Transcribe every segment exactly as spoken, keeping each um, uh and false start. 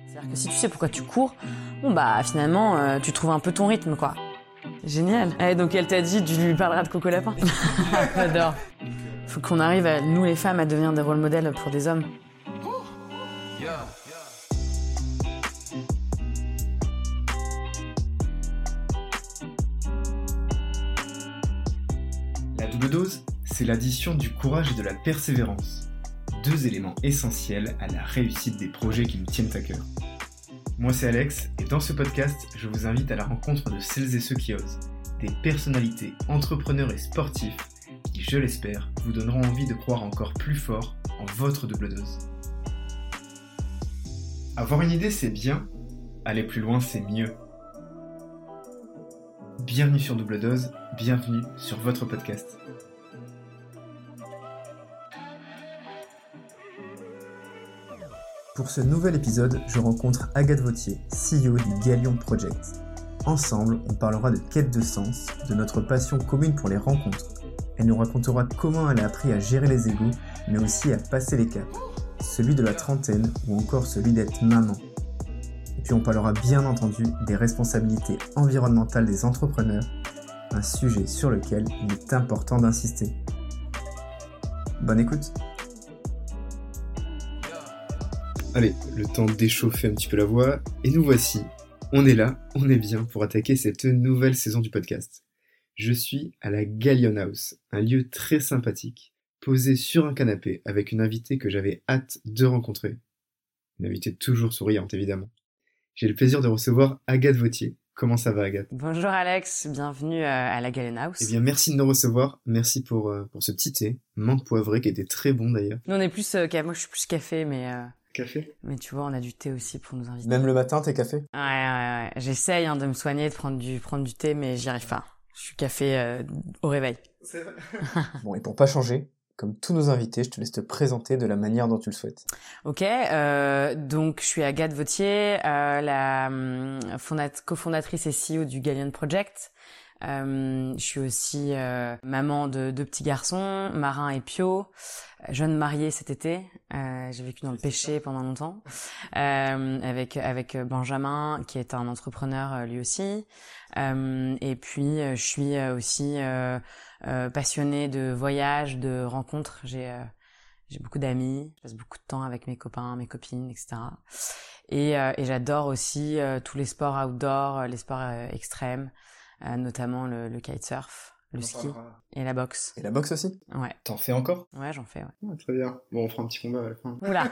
C'est-à-dire que si tu sais pourquoi tu cours, bon bah finalement euh, tu trouves un peu ton rythme quoi. Génial. Et donc elle t'a dit, tu lui parleras de Coco Lapin. J'adore. Faut qu'on arrive, à, nous les femmes, à devenir des rôles modèles pour des hommes. La double dose, c'est l'addition du courage et de la persévérance. Deux éléments essentiels à la réussite des projets qui nous tiennent à cœur. Moi c'est Alex, et dans ce podcast, je vous invite à la rencontre de celles et ceux qui osent, des personnalités, entrepreneurs et sportifs qui, je l'espère, vous donneront envie de croire encore plus fort en votre double dose. Avoir une idée c'est bien, aller plus loin c'est mieux. Bienvenue sur Double Dose, bienvenue sur votre podcast. Pour ce nouvel épisode, je rencontre Agathe Vauthier, C E O du Galion Project. Ensemble, on parlera de quête de sens, de notre passion commune pour les rencontres. Elle nous racontera comment elle a appris à gérer les égos, mais aussi à passer les caps, celui de la trentaine ou encore celui d'être maman. Et puis on parlera bien entendu des responsabilités environnementales des entrepreneurs, un sujet sur lequel il est important d'insister. Bonne écoute. Allez, le temps d'échauffer un petit peu la voix, et nous voici. On est là, on est bien pour attaquer cette nouvelle saison du podcast. Je suis à la Galion House, un lieu très sympathique, posé sur un canapé avec une invitée que j'avais hâte de rencontrer. Une invitée toujours souriante évidemment. J'ai le plaisir de recevoir Agathe Vauthier. Comment ça va Agathe ? Bonjour Alex, bienvenue à la Galion House. Eh bien merci de nous recevoir, merci pour, euh, pour ce petit thé, menthe poivrée qui était très bon d'ailleurs. Nous on est plus, euh, moi je suis plus café mais... Euh... Café ? Mais tu vois, on a du thé aussi pour nous inviter. Même le matin, t'es café ? Ouais, ouais, ouais. J'essaye hein, de me soigner, de prendre du, prendre du thé, mais j'y arrive pas. Je suis café euh, au réveil. C'est vrai. Bon, et pour pas changer, comme tous nos invités, je te laisse te présenter de la manière dont tu le souhaites. Ok, euh, donc je suis Agathe Vauthier, euh, la fondat- cofondatrice et C E O du Galion Project. Euh, je suis aussi euh, maman de deux petits garçons, Marin et Pio, jeune mariée cet été. Euh, j'ai vécu dans le péché pendant longtemps euh, avec avec Benjamin qui est un entrepreneur lui aussi. Euh, et puis je suis aussi euh, euh, passionnée de voyages, de rencontres. J'ai euh, j'ai beaucoup d'amis, je passe beaucoup de temps avec mes copains, mes copines, et cetera. Et, euh, et j'adore aussi euh, tous les sports outdoor, les sports euh, extrêmes. Euh, notamment le, le kitesurf, le ski et la boxe. Et la boxe aussi ? Ouais. T'en fais encore ? Ouais, j'en fais, ouais. Ah, très bien. Bon, on fera un petit combat à la fin. Oula.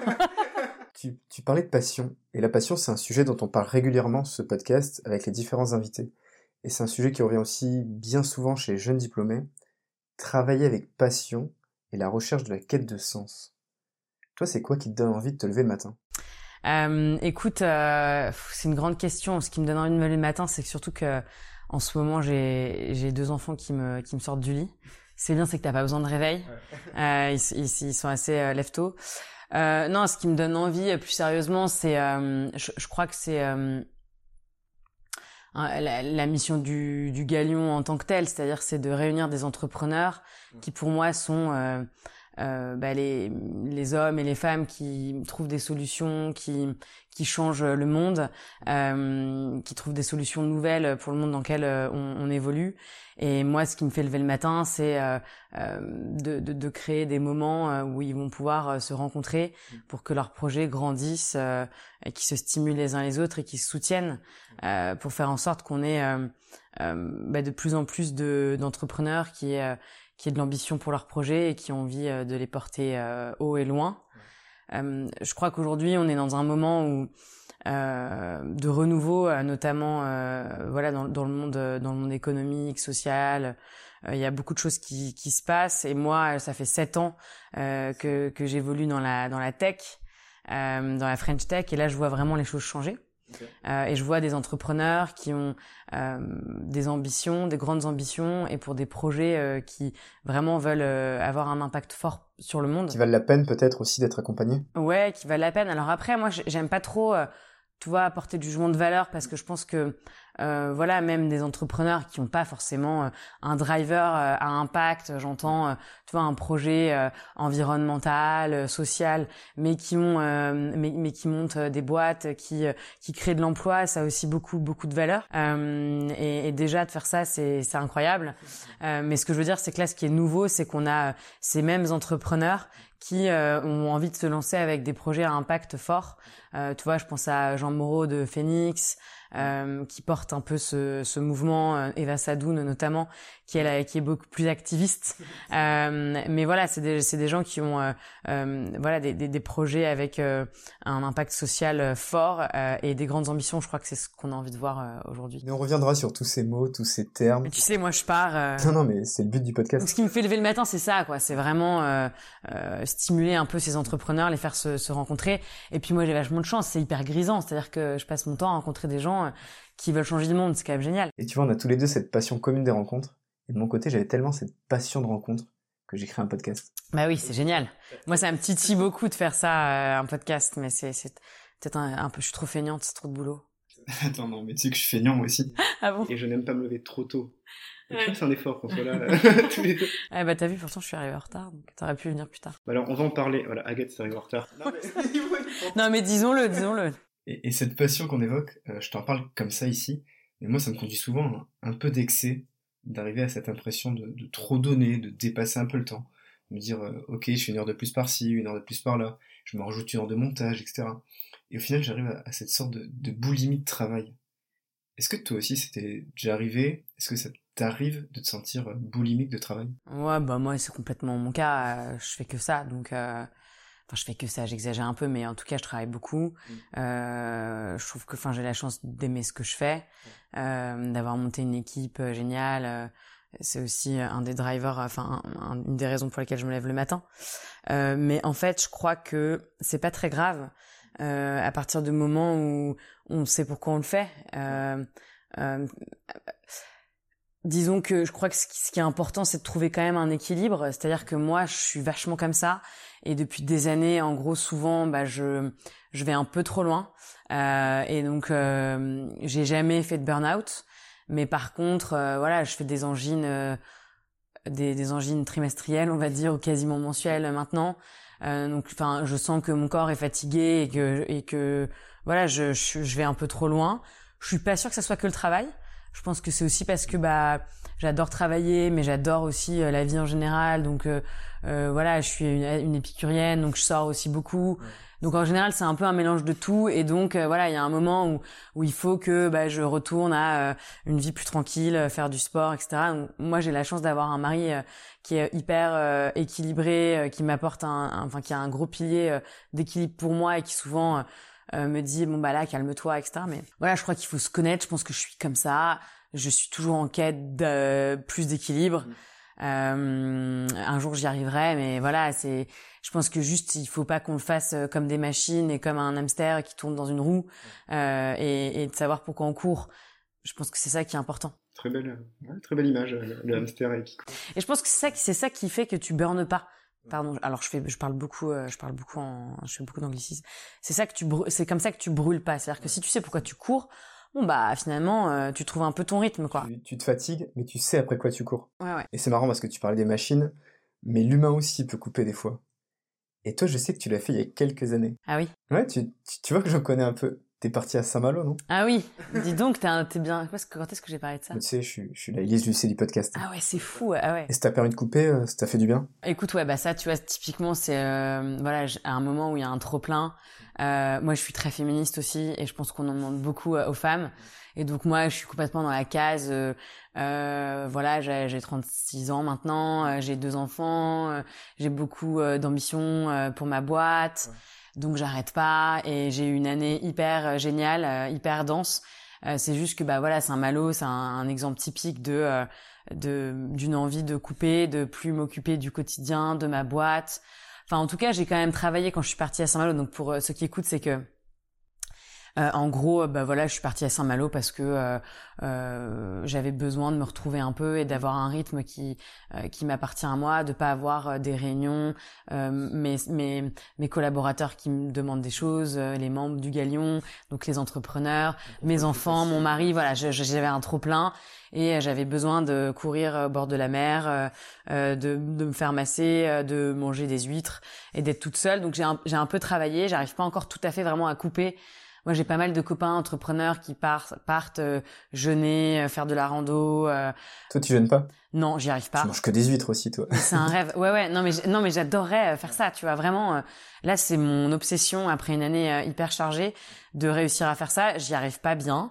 tu, tu parlais de passion, et la passion, c'est un sujet dont on parle régulièrement sur ce podcast avec les différents invités. Et c'est un sujet qui revient aussi bien souvent chez les jeunes diplômés. Travailler avec passion et la recherche de la quête de sens. Toi, c'est quoi qui te donne envie de te lever le matin ? Euh, écoute, euh, c'est une grande question. Ce qui me donne envie de me lever le matin, c'est que surtout que en ce moment, j'ai j'ai deux enfants qui me qui me sortent du lit. C'est bien, c'est que t'as pas besoin de réveil. Ouais. Euh, ils, ils ils sont assez euh, lève-tôt. Euh, non, ce qui me donne envie, plus sérieusement, c'est, euh, je, je crois que c'est euh, la, la mission du du Galion en tant que telle, c'est-à-dire c'est de réunir des entrepreneurs qui, pour moi, sont euh, Euh, bah les les hommes et les femmes qui trouvent des solutions, qui qui changent le monde, euh, qui trouvent des solutions nouvelles pour le monde dans lequel euh, on, on évolue. Et moi, ce qui me fait lever le matin, c'est euh, euh, de, de de créer des moments euh, où ils vont pouvoir euh, se rencontrer pour que leurs projets grandissent, euh, et qu'ils se stimulent les uns les autres et qu'ils se soutiennent, euh, pour faire en sorte qu'on ait euh, euh, bah, de plus en plus de d'entrepreneurs qui euh, qui aient de l'ambition pour leurs projets et qui ont envie de les porter euh, haut et loin. Ouais. Euh, je crois qu'aujourd'hui, on est dans un moment où euh, de renouveau, notamment euh, voilà dans, dans le monde, dans le monde économique, social. Euh, il y a beaucoup de choses qui, qui se passent. Et moi, ça fait sept ans euh, que, que j'évolue dans la dans la tech, euh, dans la French Tech. Et là, je vois vraiment les choses changer. Okay. Euh, et je vois des entrepreneurs qui ont euh, des ambitions, des grandes ambitions, et pour des projets euh, qui vraiment veulent euh, avoir un impact fort sur le monde. Qui valent la peine peut-être aussi d'être accompagnés. Ouais, qui valent la peine. Alors après, moi, j'aime pas trop euh, tu vois, apporter du jugement de valeur parce que je pense que euh, voilà, même des entrepreneurs qui n'ont pas forcément euh, un driver euh, à impact, j'entends, euh, tu vois, un projet euh, environnemental, euh, social, mais qui ont, euh, mais, mais qui montent euh, des boîtes, qui euh, qui créent de l'emploi, ça a aussi beaucoup beaucoup de valeur. Euh, et, et déjà de faire ça, c'est c'est incroyable. Euh, mais ce que je veux dire, c'est que là, ce qui est nouveau, c'est qu'on a ces mêmes entrepreneurs qui euh, ont envie de se lancer avec des projets à impact fort. Euh, tu vois, je pense à Jean Moreau de Phoenix, euh, qui porte un peu ce, ce mouvement, euh, Eva Sadoun notamment, qui est là, qui est beaucoup plus activiste. Euh, mais voilà, c'est des, c'est des gens qui ont, euh, euh, voilà, des, des, des projets avec euh, un impact social fort euh, et des grandes ambitions. Je crois que c'est ce qu'on a envie de voir euh, aujourd'hui. Mais on reviendra sur tous ces mots, tous ces termes. Mais tu sais, moi, je pars. Euh... Non, non, mais c'est le but du podcast. Donc, ce qui me fait lever le matin, c'est ça, quoi. C'est vraiment euh, euh, stimuler un peu ces entrepreneurs, les faire se, se rencontrer. Et puis moi, j'ai vachement de chance. C'est hyper grisant. C'est-à-dire que je passe mon temps à rencontrer des gens qui veulent changer le monde. C'est quand même génial. Et tu vois, on a tous les deux cette passion commune des rencontres. Et de mon côté, j'avais tellement cette passion de rencontre que j'ai créé un podcast. Bah oui, c'est génial. Moi, ça me titille beaucoup de faire ça, euh, un podcast. Mais c'est, c'est peut-être un, un peu... Je suis trop feignante, c'est trop de boulot. Attends, non, mais tu sais que je suis feignant, moi aussi. Ah bon? Et je n'aime pas me lever trop tôt. Ouais. Tu vois, c'est un effort qu'on soit là, tous les deux. Ah bah t'as vu, pourtant je suis arrivée en retard, donc t'aurais pu venir plus tard. Bah alors, on va en parler. Voilà, Agathe, c'est arrivé en retard. Non, mais, non, mais disons-le, disons-le. Et, et cette passion qu'on évoque, euh, je t'en parle comme ça ici, mais moi, ça me conduit souvent à un, un peu d'excès, d'arriver à cette impression de, de trop donner, de dépasser un peu le temps. De me dire, euh, ok, je fais une heure de plus par-ci, une heure de plus par-là, je me rajoute une heure de montage, et cetera. Et au final, j'arrive à, à cette sorte de, de boulimie de travail. Est-ce que toi aussi, c'était déjà arrivé? Est-ce que ça t'arrive de te sentir boulimique de travail? Ouais, bah moi, c'est complètement mon cas. Euh, je fais que ça, donc... Euh... Enfin, je fais que ça, j'exagère un peu, mais en tout cas, je travaille beaucoup. Mmh. Euh, je trouve que, enfin, j'ai la chance d'aimer ce que je fais, euh, d'avoir monté une équipe euh, géniale. Euh, c'est aussi un des drivers, enfin, un, un, une des raisons pour lesquelles je me lève le matin. Euh, mais en fait, je crois que c'est pas très grave euh, à partir du moment où on sait pourquoi on le fait. Euh, euh, Disons que je crois que ce qui est important, c'est de trouver quand même un équilibre. C'est-à-dire que moi, je suis vachement comme ça. Et depuis des années, en gros, souvent, bah, je, je vais un peu trop loin. Euh, et donc, euh, j'ai jamais fait de burn-out. Mais par contre, euh, voilà, je fais des angines, euh, des, des angines trimestrielles, on va dire, ou quasiment mensuelles maintenant. Euh, donc, enfin, je sens que mon corps est fatigué et que, et que, voilà, je, je, je vais un peu trop loin. Je suis pas sûre que ça soit que le travail. Je pense que c'est aussi parce que bah j'adore travailler, mais j'adore aussi euh, la vie en général. Donc euh, euh, voilà, je suis une, une épicurienne, donc je sors aussi beaucoup. Ouais. Donc en général, c'est un peu un mélange de tout. Et donc euh, voilà, il y a un moment où où il faut que bah je retourne à euh, une vie plus tranquille, euh, faire du sport, et cetera. Donc, moi, j'ai la chance d'avoir un mari euh, qui est hyper euh, équilibré, euh, qui m'apporte un, un, enfin qui a un gros pilier euh, d'équilibre pour moi et qui souvent euh, Euh, me dit bon bah là calme-toi, et cetera. Mais voilà, je crois qu'il faut se connaître. Je pense que je suis comme ça. Je suis toujours en quête de plus d'équilibre. Mmh. Euh, un jour j'y arriverai, mais voilà, c'est. Je pense que juste il faut pas qu'on le fasse comme des machines et comme un hamster qui tourne dans une roue euh, et, et de savoir pourquoi on court. Je pense que c'est ça qui est important. Très belle, ouais, très belle image, le, le hamster et qui court. Et je pense que c'est ça, c'est ça qui fait que tu burnes pas. Pardon, alors je fais, je parle beaucoup, euh, je parle beaucoup en, je fais beaucoup d'anglicisme. C'est ça que tu, brû- c'est comme ça que tu brûles pas. C'est-à-dire que si tu sais pourquoi tu cours, bon bah finalement euh, tu trouves un peu ton rythme quoi. Tu, tu te fatigues, mais tu sais après quoi tu cours. Ouais ouais. Et c'est marrant parce que tu parlais des machines, mais l'humain aussi peut couper des fois. Et toi, je sais que tu l'as fait il y a quelques années. Ah oui. Ouais, tu, tu, tu vois que je connais un peu. T'es parti à Saint-Malo, non? Ah oui, dis donc, t'es, un, t'es bien. Quand est-ce que j'ai parlé de ça? Tu sais, je suis, je suis la Élise Lucet du podcast. Ah ouais, c'est fou, ah ouais. Et ça t'a permis de couper, ça t'a fait du bien? Écoute, ouais, bah ça, tu vois, typiquement, c'est euh, voilà, à un moment où il y a un trop plein. Euh, moi, je suis très féministe aussi, et je pense qu'on en demande beaucoup euh, aux femmes. Et donc moi, je suis complètement dans la case. Euh, euh, voilà, j'ai, j'ai trente-six ans maintenant, euh, j'ai deux enfants, euh, j'ai beaucoup euh, d'ambition euh, pour ma boîte. Ouais. Donc j'arrête pas et j'ai eu une année hyper euh, géniale, euh, hyper dense. Euh, c'est juste que bah voilà, Saint-Malo, c'est un, un exemple typique de, euh, de d'une envie de couper, de plus m'occuper du quotidien, de ma boîte. Enfin en tout cas, j'ai quand même travaillé quand je suis partie à Saint-Malo. Donc pour euh, ceux qui écoutent, c'est que Euh, en gros, bah voilà, je suis partie à Saint-Malo parce que euh, euh, j'avais besoin de me retrouver un peu et d'avoir un rythme qui euh, qui m'appartient à moi, de pas avoir euh, des réunions, euh, mes mes mes collaborateurs qui me demandent des choses, euh, les membres du Galion, donc les entrepreneurs, mes enfants, mon mari, voilà, je, je, j'avais un trop plein et j'avais besoin de courir au bord de la mer, euh, euh, de de me faire masser, euh, de manger des huîtres et d'être toute seule. Donc j'ai un, j'ai un peu travaillé, j'arrive pas encore tout à fait vraiment à couper. Moi, j'ai pas mal de copains entrepreneurs qui partent, partent euh, jeûner, euh, faire de la rando. Euh... Toi, tu jeûnes pas? Non, j'y arrive pas. Tu manges que des huîtres aussi, toi. Mais c'est un rêve. Ouais, ouais. Non, mais non, mais j'adorerais faire ça. Tu vois, vraiment. Euh, là, c'est mon obsession après une année euh, hyper chargée de réussir à faire ça. J'y arrive pas bien.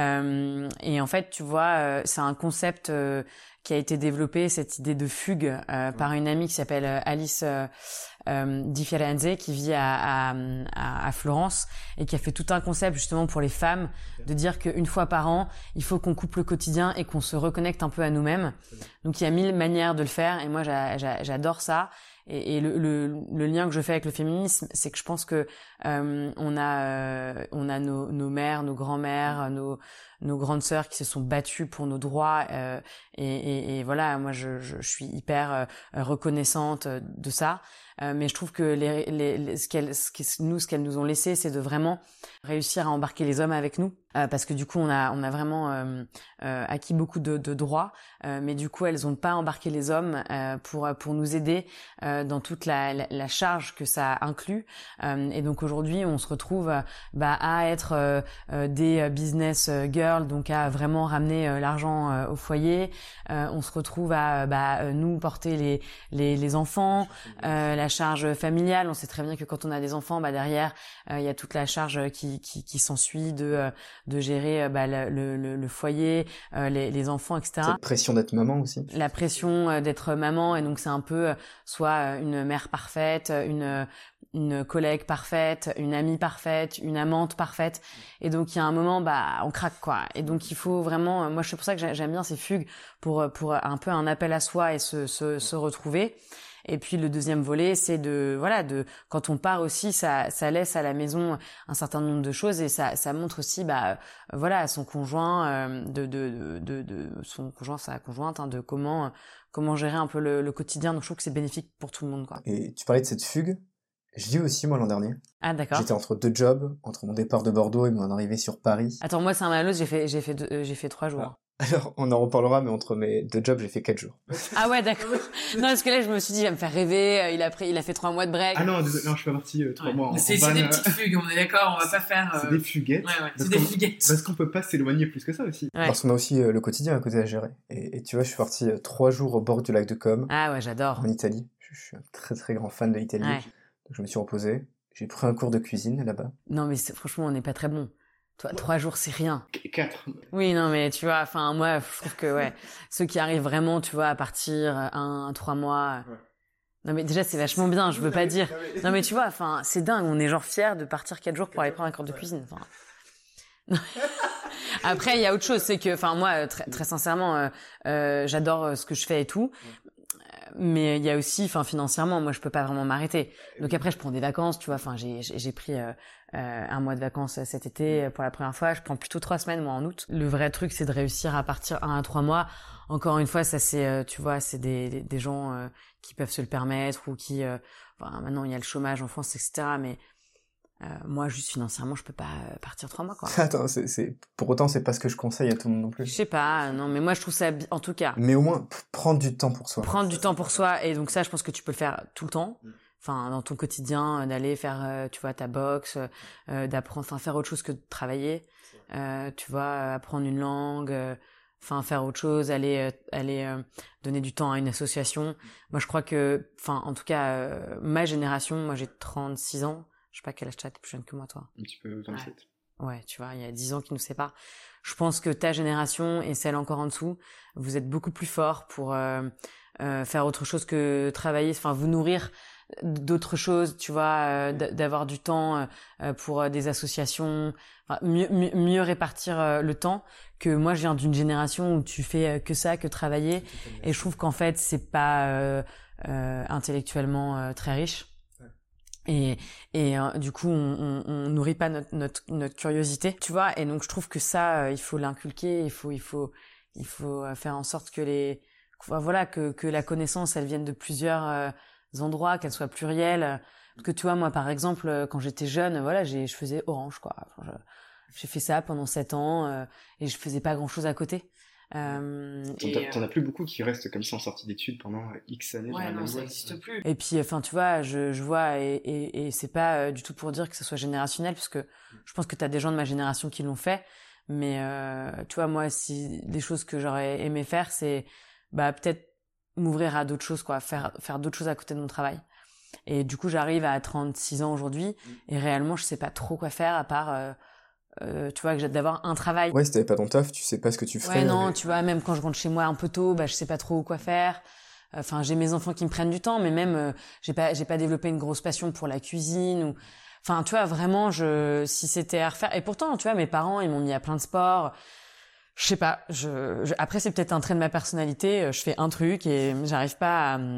Euh, et en fait, tu vois, euh, c'est un concept euh, qui a été développé, cette idée de fugue, euh, par une amie qui s'appelle Alice. Euh, Euh, Di Firenze, qui vit à, à, à, à Florence et qui a fait tout un concept justement pour les femmes, de dire qu'une fois par an, il faut qu'on coupe le quotidien et qu'on se reconnecte un peu à nous-mêmes. Donc il y a mille manières de le faire et moi j'a, j'a, j'adore ça. Et, et le, le, le lien que je fais avec le féminisme, c'est que je pense que euh, on a euh, on a nos, nos mères, nos grands-mères, nos nos grandes sœurs qui se sont battues pour nos droits euh, et, et, et voilà, moi je, je, je suis hyper euh, reconnaissante de ça. Euh, mais je trouve que les, les, les, ce qu'elles, ce qu'elles, nous, ce qu'elles nous ont laissé, c'est de vraiment réussir à embarquer les hommes avec nous, euh, parce que du coup, on a, on a vraiment euh, euh, acquis beaucoup de, de droits, euh, mais du coup, elles ont pas embarqué les hommes euh, pour pour nous aider euh, dans toute la, la, la charge que ça inclut. Euh, et donc aujourd'hui, on se retrouve euh, bah, à être euh, euh, des business girls, donc à vraiment ramener euh, l'argent euh, au foyer. Euh, on se retrouve à bah, nous porter les les, les enfants, euh, la charge familiale. On sait très bien que quand on a des enfants, bah derrière il euh, y a toute la charge qui qui, qui s'ensuit de euh, de gérer bah, le, le, le foyer, euh, les, les enfants, et cetera. Cette pression d'être maman aussi. La pression euh, d'être maman, et donc c'est un peu euh, soit une mère parfaite, une une collègue parfaite, une amie parfaite, une amante parfaite. Et donc il y a un moment, bah on craque quoi. Et donc il faut vraiment, moi c'est pour ça que j'aime bien ces fugues pour pour un peu un appel à soi et se se, se retrouver. Et puis le deuxième volet, c'est de voilà, de quand on part aussi, ça ça laisse à la maison un certain nombre de choses et ça ça montre aussi bah euh, voilà à son conjoint euh, de, de de de son conjoint sa conjointe hein, de comment comment gérer un peu le, le quotidien. Donc je trouve que c'est bénéfique pour tout le monde quoi. Et tu parlais de cette fugue. Je l'ai aussi moi l'an dernier. Ah d'accord. J'étais entre deux jobs, entre mon départ de Bordeaux et mon arrivée sur Paris. Attends, moi Saint-Malo, j'ai fait j'ai fait deux, euh, j'ai fait trois jours. Ah. Alors, on en reparlera, mais entre mes deux jobs, j'ai fait quatre jours. Ah ouais, d'accord. Non, parce que là, je me suis dit, il va me faire rêver. Il a pris, il a fait trois mois de break. Ah non, désolé, non, je suis pas parti euh, trois ouais. mois. En, c'est, en c'est van, des euh... petites fugues, on est d'accord. On va pas faire. Euh... C'est des fuguettes. Ouais, ouais. C'est des fuguettes. Parce qu'on peut pas s'éloigner plus que ça aussi. Ouais. Parce qu'on a aussi euh, le quotidien à côté à gérer. Et, et tu vois, je suis parti euh, trois jours au bord du lac de Com. Ah ouais, j'adore. En Italie. Je, je suis un très très grand fan de l'Italie. Ouais. Donc je me suis reposé. J'ai pris un cours de cuisine là-bas. Non, mais c'est, franchement, on n'est pas très bon. Toi, trois jours, c'est rien. Quatre. Oui, non, mais tu vois, enfin, moi, je trouve que, ouais, ceux qui arrivent vraiment, tu vois, à partir un, trois mois. Ouais. Non, mais déjà, c'est vachement bien, je veux pas dire. Non, mais tu vois, enfin, c'est dingue, on est genre fiers de partir quatre jours pour aller prendre un cours de cuisine. Enfin. Après, il y a autre chose, c'est que, enfin, moi, très, très sincèrement, euh, euh, j'adore ce que je fais et tout. Mais il y a aussi, enfin, financièrement, moi, je peux pas vraiment m'arrêter. Donc après, je prends des vacances, tu vois. Enfin, j'ai, j'ai, j'ai pris euh, euh, un mois de vacances cet été pour la première fois. Je prends plutôt trois semaines, moi, en août. Le vrai truc, c'est de réussir à partir un à trois mois. Encore une fois, ça, c'est, euh, tu vois, c'est des, des, des gens euh, qui peuvent se le permettre ou qui, euh, enfin, maintenant, il y a le chômage en France, et cetera. Mais euh, moi, juste financièrement, je peux pas partir trois mois, quoi. Attends, c'est, c'est... pour autant, c'est pas ce que je conseille à tout le monde non plus. Je sais pas, non, mais moi, je trouve ça, en tout cas. Mais au moins, p- prendre du temps pour soi. Prendre du temps pour soi, et donc ça, je pense que tu peux le faire tout le temps. Enfin, dans ton quotidien, d'aller faire, euh, tu vois, ta boxe, euh, d'apprendre, enfin, faire autre chose que de travailler. Euh, tu vois, apprendre une langue, euh, enfin, faire autre chose, aller, euh, aller euh, donner du temps à une association. Moi, je crois que, enfin, en tout cas, euh, ma génération, moi, j'ai trente-six ans. Je sais pas quel âge t'as, t'es plus jeune que moi, toi. Un petit peu vingt-sept. Ouais. Ouais, tu vois, il y a dix ans qui nous séparent. Je pense que ta génération et celle encore en dessous, vous êtes beaucoup plus forts pour euh, euh, faire autre chose que travailler, enfin vous nourrir d'autres choses, tu vois, euh, d'avoir du temps euh, pour euh, des associations, enfin, mieux, mieux, mieux répartir euh, le temps. Que moi, je viens d'une génération où tu fais euh, que ça, que travailler, et je trouve qu'en fait, c'est pas euh, euh, intellectuellement euh, très riche. Et, et euh, du coup, on, on, on nourrit pas notre, notre, notre curiosité, tu vois. Et donc, je trouve que ça, euh, il faut l'inculquer, il faut, il faut, il faut euh, faire en sorte que les, voilà, que, que la connaissance, elle vienne de plusieurs euh, endroits, qu'elle soit plurielle. Parce que tu vois, moi, par exemple, euh, quand j'étais jeune, voilà, j'ai, je faisais Orange, quoi. Enfin, je, j'ai fait ça pendant sept ans euh, et je faisais pas grand-chose à côté. Euh, T'en, et, t'en as plus beaucoup qui restent comme ça en sortie d'études pendant X années. Ouais, dans la non, même ça boîte. n'existe plus. Et puis, enfin, tu vois, je, je vois, et, et, et c'est pas euh, du tout pour dire que ce soit générationnel, parce que je pense que t'as des gens de ma génération qui l'ont fait, mais euh, tu vois, moi, si les choses que j'aurais aimé faire, c'est bah peut-être m'ouvrir à d'autres choses, quoi, faire faire d'autres choses à côté de mon travail. Et du coup, j'arrive à trente-six ans aujourd'hui, et réellement, je sais pas trop quoi faire à part euh, Euh, tu vois, que j'ai d'avoir un travail. Ouais, si t'avais pas ton taf, tu sais pas ce que tu ferais. Ouais, non, mais... tu vois, même quand je rentre chez moi un peu tôt, bah, je sais pas trop quoi faire. Enfin, j'ai mes enfants qui me prennent du temps, mais même, euh, j'ai pas, j'ai pas développé une grosse passion pour la cuisine ou, enfin, tu vois, vraiment, je, si c'était à refaire. Et pourtant, tu vois, mes parents, ils m'ont mis à plein de sports. Je sais pas, je, je... après, c'est peut-être un trait de ma personnalité. Je fais un truc et j'arrive pas à,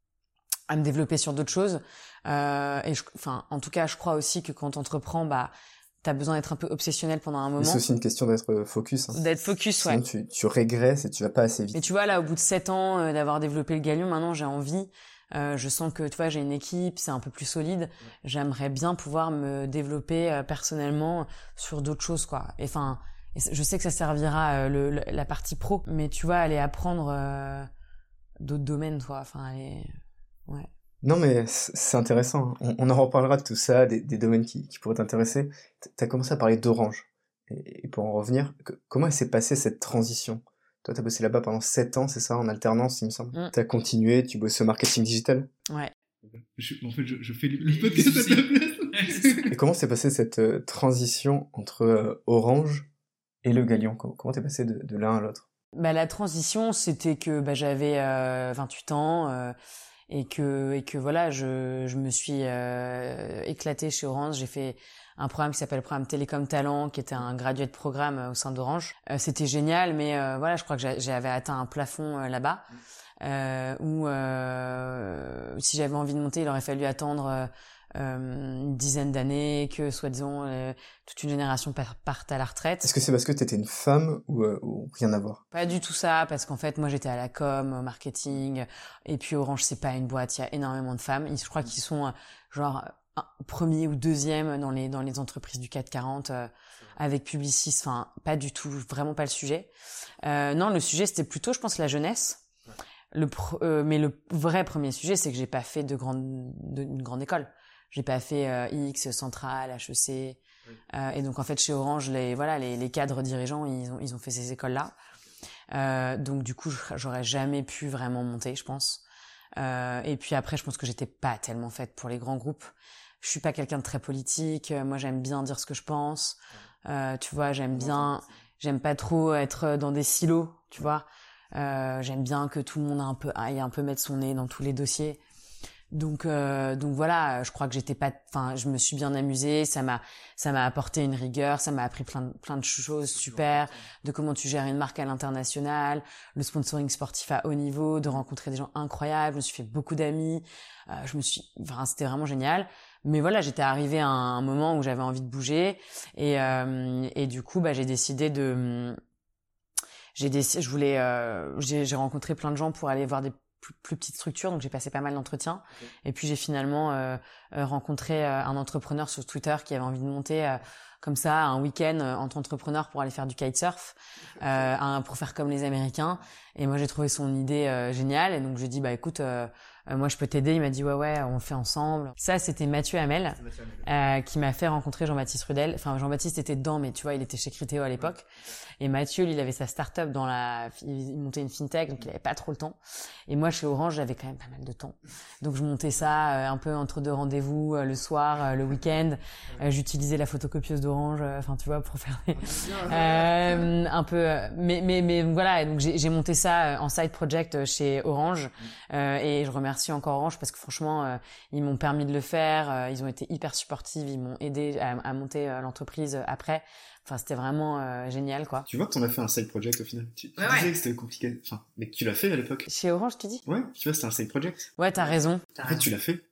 à me développer sur d'autres choses. Euh, et je, enfin, en tout cas, je crois aussi que quand t'entreprends, bah, t'as besoin d'être un peu obsessionnel pendant un moment. Mais c'est aussi une question d'être focus. Hein. D'être focus, Sinon, ouais. tu, tu régresses et tu vas pas assez vite. Et tu vois, là, au bout de sept ans euh, d'avoir développé le Galion, maintenant, j'ai envie. Euh, je sens que, tu vois, j'ai une équipe, c'est un peu plus solide. Ouais. J'aimerais bien pouvoir me développer euh, personnellement sur d'autres choses, quoi. Et enfin, je sais que ça servira euh, le, le, la partie pro, mais tu vois, aller apprendre euh, d'autres domaines, toi. Enfin, aller... ouais. Non, mais c'est intéressant. On, on en reparlera de tout ça, des, des domaines qui, qui pourraient t'intéresser. T'as commencé à parler d'Orange. Et, et pour en revenir, que, comment elle s'est passée cette transition ? Toi, t'as bossé là-bas pendant sept ans, c'est ça, en alternance, il me semble. Mm. T'as continué, tu bosses au marketing digital. Ouais. Je, en fait, je, je fais le podcast à ta place. Et comment s'est passée cette euh, transition entre euh, Orange et le Galion ? Comment, comment t'es passé de, de l'un à l'autre ? Bah, la transition, c'était que bah, j'avais euh, vingt-huit ans... Euh, et que et que voilà, je je me suis euh, éclatée chez Orange. J'ai fait un programme qui s'appelle le programme Télécom Talent, qui était un graduate programme au sein d'Orange. Euh, c'était génial, mais euh, voilà, je crois que j'avais atteint un plafond euh, là-bas euh, où euh, si j'avais envie de monter, il aurait fallu attendre euh, une dizaine d'années, que soi-disant euh, toute une génération parte à la retraite. Est-ce que c'est parce que t'étais une femme ou, euh, ou rien à voir ? Pas du tout ça, parce qu'en fait, moi, j'étais à la com, au marketing, et puis Orange, c'est pas une boîte, il y a énormément de femmes. Je crois qu'ils sont, genre, un, premier ou deuxième dans les, dans les entreprises du CAC quarante, euh, avec Publicis, enfin, pas du tout, vraiment pas le sujet. Euh, non, le sujet, c'était plutôt, je pense, la jeunesse. Le pro, euh, mais le vrai premier sujet, c'est que j'ai pas fait de grande, de, une grande école. J'ai pas fait euh, X, Centrale, H E C. Oui. Euh, et donc, en fait, chez Orange, les, voilà, les, les cadres dirigeants, ils ont, ils ont fait ces écoles-là. Euh, donc, du coup, j'aurais jamais pu vraiment monter, je pense. Euh, et puis après, je pense que j'étais pas tellement faite pour les grands groupes. Je suis pas quelqu'un de très politique. Moi, j'aime bien dire ce que je pense. Euh, tu vois, j'aime bien, j'aime pas trop être dans des silos, tu vois. Euh, j'aime bien que tout le monde a un peu, aille un peu mettre son nez dans tous les dossiers. Donc euh, donc voilà, je crois que j'étais pas, enfin je me suis bien amusée, ça m'a ça m'a apporté une rigueur, ça m'a appris plein de, plein de choses super, de comment tu gères une marque à l'international, le sponsoring sportif à haut niveau, de rencontrer des gens incroyables, je me suis fait beaucoup d'amis, euh, je me suis, enfin c'était vraiment génial. Mais voilà, j'étais arrivée à un moment où j'avais envie de bouger et euh, et du coup bah j'ai décidé de j'ai décidé, je voulais euh, j'ai j'ai rencontré plein de gens pour aller voir des Plus, plus petite structure, donc j'ai passé pas mal d'entretiens. Okay. Et puis j'ai finalement euh, euh, rencontré euh, un entrepreneur sur Twitter qui avait envie de monter euh, comme ça un week-end euh, entre entrepreneurs pour aller faire du kitesurf, euh, un, pour faire comme les Américains. Et moi j'ai trouvé son idée euh, géniale, et donc j'ai dit bah écoute, euh, euh, moi je peux t'aider. Il m'a dit ouais ouais, on le fait ensemble. Ça c'était Mathieu Hamel, Mathieu Hamel. Euh, qui m'a fait rencontrer Jean-Baptiste Rudel. Enfin Jean-Baptiste était dedans, mais tu vois il était chez Criteo à l'époque. Ouais. Et Mathieu lui il avait sa start-up dans la, il montait une fintech, donc il avait pas trop le temps. Et moi chez Orange j'avais quand même pas mal de temps, donc je montais ça euh, un peu entre deux rendez-vous, euh, le soir, euh, le week-end. Euh, j'utilisais la photocopieuse d'Orange, enfin euh, tu vois, pour faire des, euh, un peu. Euh, mais mais mais voilà, donc j'ai, j'ai monté ça en side project chez Orange, euh, et je remercie encore Orange parce que franchement euh, ils m'ont permis de le faire, euh, ils ont été hyper supportifs, ils m'ont aidé à, à monter euh, l'entreprise après. Enfin, c'était vraiment euh, génial, quoi. Tu vois que t'en as fait un side project au final. Tu, tu ouais, disais ouais. que c'était compliqué. Enfin, mais que tu l'as fait à l'époque. Chez Orange, tu dis ? Ouais, tu vois, c'était un side project. Ouais, t'as raison. T'as en fait, raison. tu l'as fait.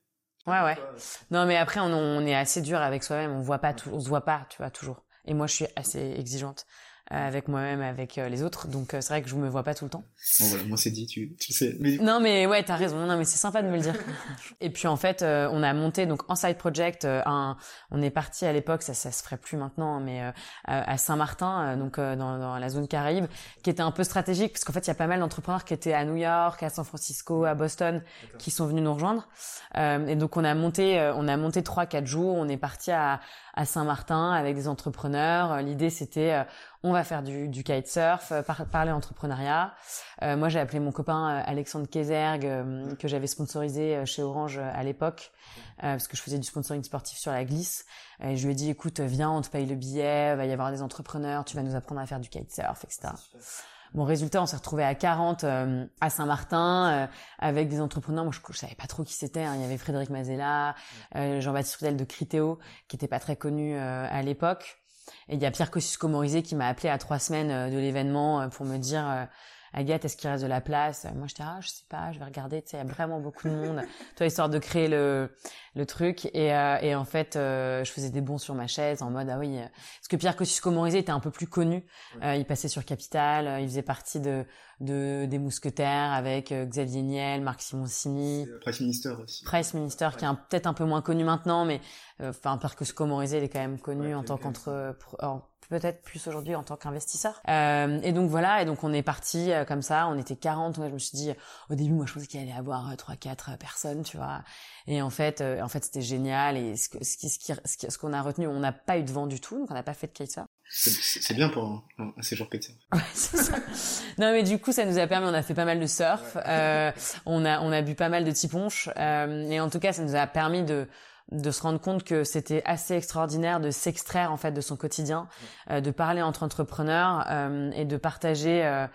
Ouais, ouais. Non, mais après, on, on est assez dur avec soi-même. On voit pas tout, on se voit pas, tu vois, toujours. Et moi, je suis assez exigeante euh, avec moi-même, avec euh, les autres. Donc, euh, c'est vrai que je me vois pas tout le temps. Bon, voilà, moi, c'est dit, tu, tu sais. Mais... Non, mais ouais, t'as raison. Non, mais c'est sympa de me le dire. Et puis, en fait, euh, on a monté, donc, en side project, euh, un, on est parti à l'époque, ça, ça se ferait plus maintenant, mais euh, à Saint-Martin, euh, donc, euh, dans, dans la zone Caraïbe, qui était un peu stratégique, parce qu'en fait, il y a pas mal d'entrepreneurs qui étaient à New York, à San Francisco, à Boston, D'accord. qui sont venus nous rejoindre. Euh, et donc, on a monté, euh, on a monté trois, quatre jours. On est parti à, à Saint-Martin avec des entrepreneurs. L'idée, c'était, euh, on va faire du, du kitesurf, euh, par, parler entrepreneuriat. Euh, moi, j'ai appelé mon copain euh, Alexandre Kézergue, euh, que j'avais sponsorisé euh, chez Orange euh, à l'époque, euh, parce que je faisais du sponsoring sportif sur la glisse. Et je lui ai dit, écoute, viens, on te paye le billet, va y avoir des entrepreneurs, tu vas nous apprendre à faire du kitesurf, et cetera. Bon, résultat, on s'est retrouvés à quarante euh, à Saint-Martin euh, avec des entrepreneurs. Moi, je, je savais pas trop qui c'était. Hein. Il y avait Frédéric Mazella, euh, Jean-Baptiste Rudel de Criteo, qui était pas très connu euh, à l'époque. Et il y a Pierre Kosciusko-Morizet qui m'a appelé à trois semaines euh, de l'événement euh, pour me dire euh, Agathe, est-ce qu'il reste de la place? Moi, j'étais ah, je sais pas, je vais regarder. Tu sais, il y a vraiment beaucoup de monde. Toi, histoire de créer le le truc. Et, euh, et en fait, euh, je faisais des bonds sur ma chaise en mode ah oui. Euh, parce que Pierre Kosciusko-Morizet était un peu plus connu. Euh, il passait sur Capital. Euh, il faisait partie de de des Mousquetaires avec euh, Xavier Niel, Marc Simoncini. C'est Price Minister aussi. Price Minister, ouais. Qui est un, peut-être un peu moins connu maintenant, mais enfin euh, Pierre Kosciusko-Morizet, il est quand même connu ouais, en tant qu'entre peut-être plus aujourd'hui en tant qu'investisseur. Euh, et donc voilà, et donc on est parti euh, comme ça, on était quarante, moi je me suis dit au début moi je pensais qu'il allait y avoir euh, trois quatre euh, personnes, tu vois. Et en fait euh, en fait c'était génial et ce que ce qui ce qui ce, qui, ce qu'on a retenu, on n'a pas eu de vent du tout, donc on n'a pas fait de kitesurf. C'est, c'est bien pour un, un, un séjour kitesurf. Ouais, c'est ça. Non mais du coup ça nous a permis, on a fait pas mal de surf, euh, on a on a bu pas mal de tiponches euh, et en tout cas ça nous a permis de de se rendre compte que c'était assez extraordinaire de s'extraire en fait de son quotidien, euh, de parler entre entrepreneurs euh, et de partager euh,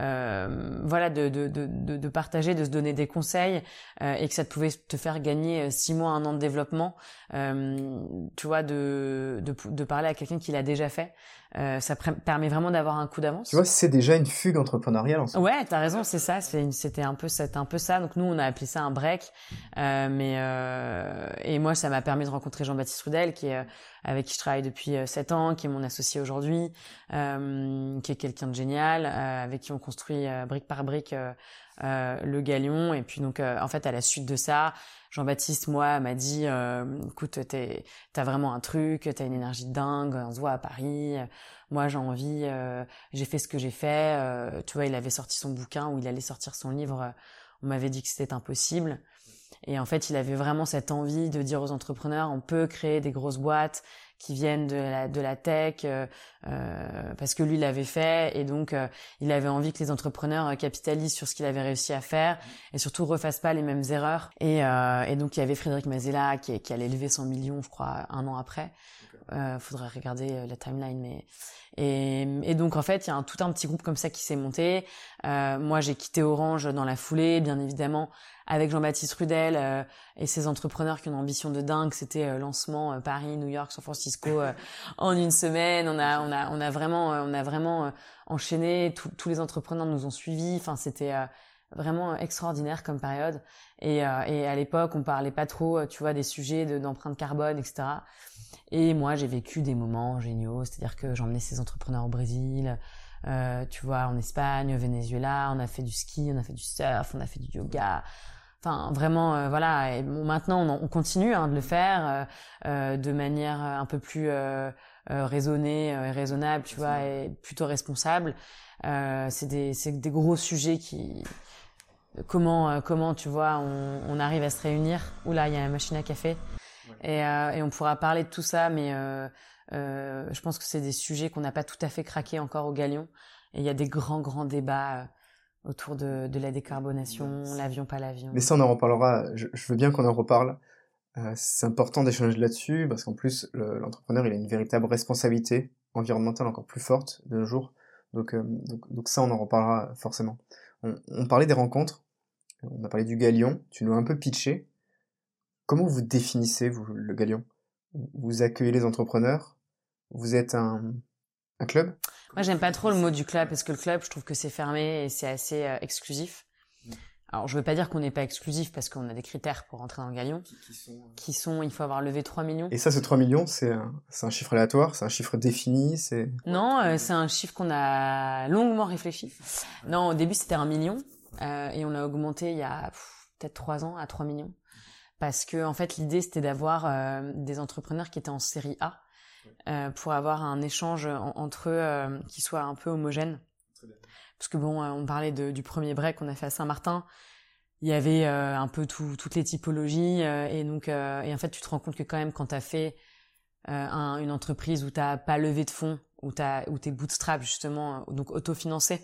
euh, voilà de, de de de partager, de se donner des conseils euh, et que ça pouvait te faire gagner six mois, un an de développement, euh, tu vois, de de de parler à quelqu'un qui l'a déjà fait. Euh, ça pr- permet vraiment d'avoir un coup d'avance. Tu vois, c'est déjà une fugue entrepreneuriale en soi. Ouais, t'as raison, c'est ça. C'est une, c'était un peu, c'était un peu ça. Donc nous, on a appelé ça un break. Euh, mais euh, et moi, ça m'a permis de rencontrer Jean-Baptiste Rudel, qui est euh, avec qui je travaille depuis euh, sept ans, qui est mon associé aujourd'hui, euh, qui est quelqu'un de génial, euh, avec qui on construit euh, brique par brique euh, euh, le Galion. Et puis donc, euh, en fait, à la suite de ça, Jean-Baptiste, moi, m'a dit, euh, écoute, t'es, t'as vraiment un truc, t'as une énergie de dingue, on se voit à Paris. Moi, j'ai envie, euh, j'ai fait ce que j'ai fait. Euh, tu vois, il avait sorti son bouquin ou il allait sortir son livre. On m'avait dit que c'était impossible. Et en fait, il avait vraiment cette envie de dire aux entrepreneurs, on peut créer des grosses boîtes qui viennent de la, de la tech, euh, euh, parce que lui l'avait fait, et donc euh, il avait envie que les entrepreneurs capitalisent sur ce qu'il avait réussi à faire, et surtout refassent pas les mêmes erreurs. Et, euh, et donc il y avait Frédéric Mazella qui, qui allait lever cent millions, je crois, un an après. Euh, faudrait regarder la timeline, mais et, et donc en fait il y a un, tout un petit groupe comme ça qui s'est monté. Euh, moi j'ai quitté Orange dans la foulée, bien évidemment, avec Jean-Baptiste Rudel euh, et ses entrepreneurs qui ont une ambition de dingue. C'était euh, lancement euh, Paris, New York, San Francisco euh, en une semaine. On a on a on a vraiment euh, on a vraiment euh, enchaîné. Tout, tous les entrepreneurs nous ont suivis. Enfin c'était euh, vraiment extraordinaire comme période. Et, euh, et à l'époque on parlait pas trop, tu vois, des sujets de, d'empreinte carbone, et cetera. Et moi, j'ai vécu des moments géniaux, c'est-à-dire que j'emmenais ces entrepreneurs au Brésil, euh, tu vois, en Espagne, au Venezuela, on a fait du ski, on a fait du surf, on a fait du yoga. Enfin, vraiment, euh, voilà. Et bon, maintenant, on, on continue hein, de le faire euh, euh, de manière un peu plus euh, euh, raisonnée euh, et raisonnable, tu vois, et plutôt responsable. Euh, c'est des, c'est des gros sujets qui... Comment, euh, comment, tu vois, on, on arrive à se réunir. Oula, il y a la machine à café. Et, euh, et on pourra parler de tout ça, mais euh, euh, je pense que c'est des sujets qu'on n'a pas tout à fait craqués encore au Galion. Et il y a des grands, grands débats euh, autour de, de la décarbonation, l'avion, pas l'avion. Mais ça, on en reparlera. Je, je veux bien qu'on en reparle. Euh, c'est important d'échanger là-dessus, parce qu'en plus, le, l'entrepreneur, il a une véritable responsabilité environnementale encore plus forte de nos jours. Donc, euh, donc, donc ça, on en reparlera forcément. On, on parlait des rencontres. On a parlé du Galion. Tu nous as un peu pitché. Comment vous définissez, vous, le Galion ? Vous accueillez les entrepreneurs ? Vous êtes un, un club ? Moi, j'aime pas trop le mot du club, parce que le club, je trouve que c'est fermé et c'est assez euh, exclusif. Alors, je veux pas dire qu'on n'est pas exclusif parce qu'on a des critères pour rentrer dans le Galion, Qui, qui sont, euh... qui sont, il faut avoir levé trois millions. Et ça, ce trois millions, c'est un, c'est un chiffre aléatoire, c'est un chiffre défini, c'est... Non, euh, c'est un chiffre qu'on a longuement réfléchi. Non, au début, c'était un million, euh, et on l'a augmenté il y a pff, peut-être trois ans à trois millions. Parce que, en fait, l'idée, c'était d'avoir euh, des entrepreneurs qui étaient en série A, euh, pour avoir un échange en, entre eux euh, qui soit un peu homogène. Parce que bon, on parlait de, du premier break qu'on a fait à Saint-Martin, il y avait euh, un peu tout, toutes les typologies, euh, et donc euh, et en fait tu te rends compte que quand même quand t'as fait euh, un, une entreprise où t'as pas levé de fonds, où t'as où t'es bootstrap justement, euh, donc autofinancé,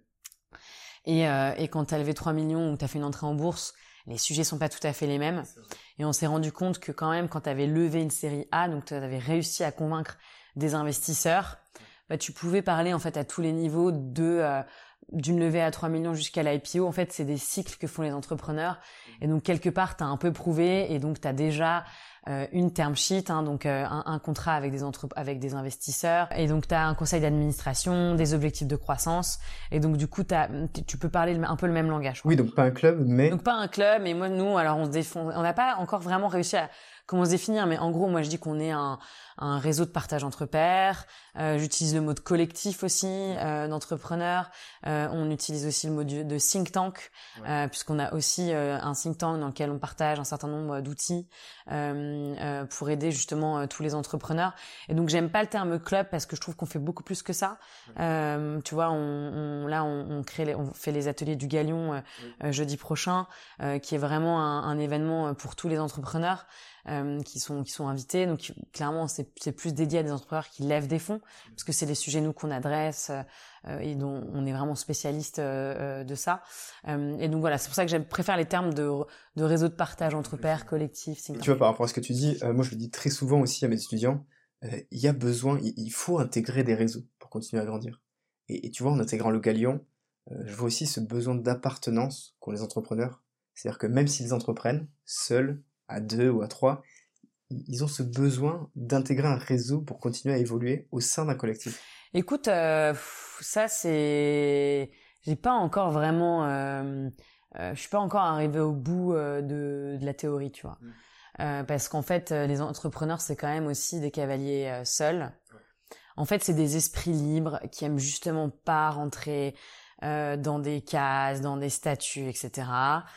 et euh, et quand t'as levé trois millions, où t'as fait une entrée en bourse, les sujets sont pas tout à fait les mêmes, et on s'est rendu compte que quand même quand t'avais levé une série A, donc t'avais réussi à convaincre des investisseurs, bah tu pouvais parler en fait à tous les niveaux de euh, d'une levée à trois millions jusqu'à l'I P O. En fait, c'est des cycles que font les entrepreneurs. Et donc, quelque part, tu as un peu prouvé et donc tu as déjà euh, une term sheet, hein, donc euh, un, un contrat avec des, entre... avec des investisseurs. Et donc, tu as un conseil d'administration, des objectifs de croissance. Et donc, du coup, t'as... tu peux parler un peu le même langage, quoi. Oui, donc pas un club, mais... Donc, pas un club. Mais moi, nous, alors, on se défend... on n'a pas encore vraiment réussi à comment se définir. Mais en gros, moi, je dis qu'on est un... un réseau de partage entre pairs. Euh, j'utilise le mot de collectif aussi, euh, d'entrepreneurs. Euh, on utilise aussi le mot de, de think tank, ouais. euh, puisqu'on a aussi euh, un think tank dans lequel on partage un certain nombre d'outils euh, euh, pour aider justement euh, tous les entrepreneurs. Et donc j'aime pas le terme club parce que je trouve qu'on fait beaucoup plus que ça. Ouais. Euh, tu vois, on, on, là on, on crée, les, on fait les ateliers du Galion euh, ouais. euh, jeudi prochain, euh, qui est vraiment un, un événement pour tous les entrepreneurs. Euh, qui sont qui sont invités, donc clairement c'est c'est plus dédié à des entrepreneurs qui lèvent des fonds parce que c'est les sujets nous qu'on adresse euh, et dont on est vraiment spécialiste euh, de ça, euh, et donc voilà, c'est pour ça que j'aime préfère les termes de de réseau de partage entre pairs, collectif. Tu vois, par rapport à ce que tu dis, euh, moi je le dis très souvent aussi à mes étudiants, il euh, y a besoin, il, il faut intégrer des réseaux pour continuer à grandir, et, et tu vois, en intégrant le Galion, euh, je vois aussi ce besoin d'appartenance qu'ont les entrepreneurs, c'est-à-dire que même s'ils entreprennent seuls, à deux ou à trois, ils ont ce besoin d'intégrer un réseau pour continuer à évoluer au sein d'un collectif. Écoute, euh, ça c'est, j'ai pas encore vraiment, euh, euh, je suis pas encore arrivée au bout euh, de, de la théorie, tu vois, mmh. euh, parce qu'en fait, les entrepreneurs c'est quand même aussi des cavaliers euh, seuls. Ouais. En fait, c'est des esprits libres qui aiment justement pas rentrer euh, dans des cases, dans des statuts, et cetera.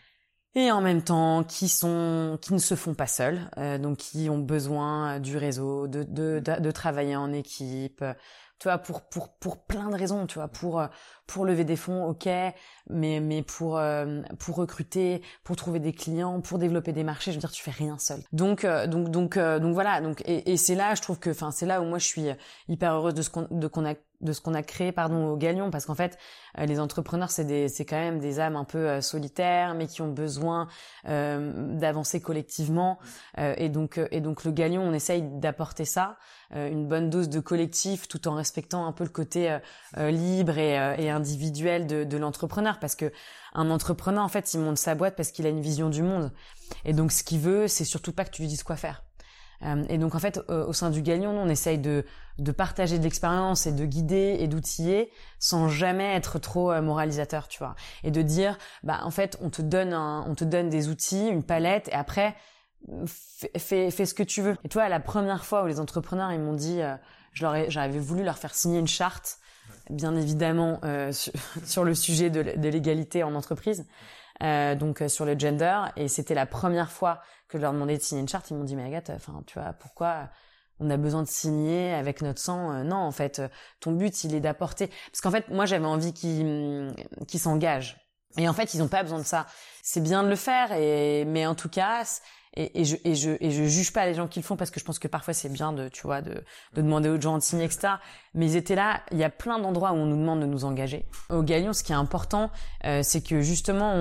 Et en même temps, qui sont, qui ne se font pas seuls, euh, donc qui ont besoin du réseau, de, de, de, de travailler en équipe, tu vois, pour, pour, pour plein de raisons, tu vois, pour, pour lever des fonds, ok, mais, mais pour, euh, pour recruter, pour trouver des clients, pour développer des marchés, je veux dire, tu fais rien seul. Donc, euh, donc, donc, euh, donc voilà, donc, et, et c'est là, je trouve que, enfin, c'est là où moi je suis hyper heureuse de ce qu'on, de qu'on a, de ce qu'on a créé, pardon, au Galion, parce qu'en fait, euh, les entrepreneurs, c'est des, c'est quand même des âmes un peu euh, solitaires, mais qui ont besoin euh, d'avancer collectivement, euh, et donc, euh, et donc le Galion, on essaye d'apporter ça, euh, une bonne dose de collectif, tout en respectant un peu le côté euh, euh, libre et, euh, et individuel de, de l'entrepreneur, parce que un entrepreneur, en fait, il monte sa boîte parce qu'il a une vision du monde, et donc ce qu'il veut, c'est surtout pas que tu lui dises quoi faire. Euh, et donc en fait, euh, au sein du Galion, nous, on essaye de de partager de l'expérience et de guider et d'outiller sans jamais être trop euh, moralisateur, tu vois, et de dire, bah en fait, on te donne un, on te donne des outils, une palette, et après fais fais, fais ce que tu veux. Et tu vois, la première fois où les entrepreneurs ils m'ont dit, euh, je leur ai, j'avais voulu leur faire signer une charte, bien évidemment euh, sur, sur le sujet de, de l'égalité en entreprise. Euh, donc euh, sur le gender, et c'était la première fois que je leur demandais de signer une charte. Ils m'ont dit, mais Agathe, enfin tu vois, pourquoi on a besoin de signer avec notre sang? euh, Non, en fait, euh, ton but il est d'apporter, parce qu'en fait moi j'avais envie qu'ils qu'ils s'engagent, et en fait ils ont pas besoin de ça. C'est bien de le faire, et mais en tout cas, et, et je et je et je juge pas les gens qui le font, parce que je pense que parfois c'est bien de, tu vois, de de demander aux gens de signer, et cetera. Mais ils étaient là. Il y a plein d'endroits où on nous demande de nous engager. Au Galion, ce qui est important, euh, c'est que justement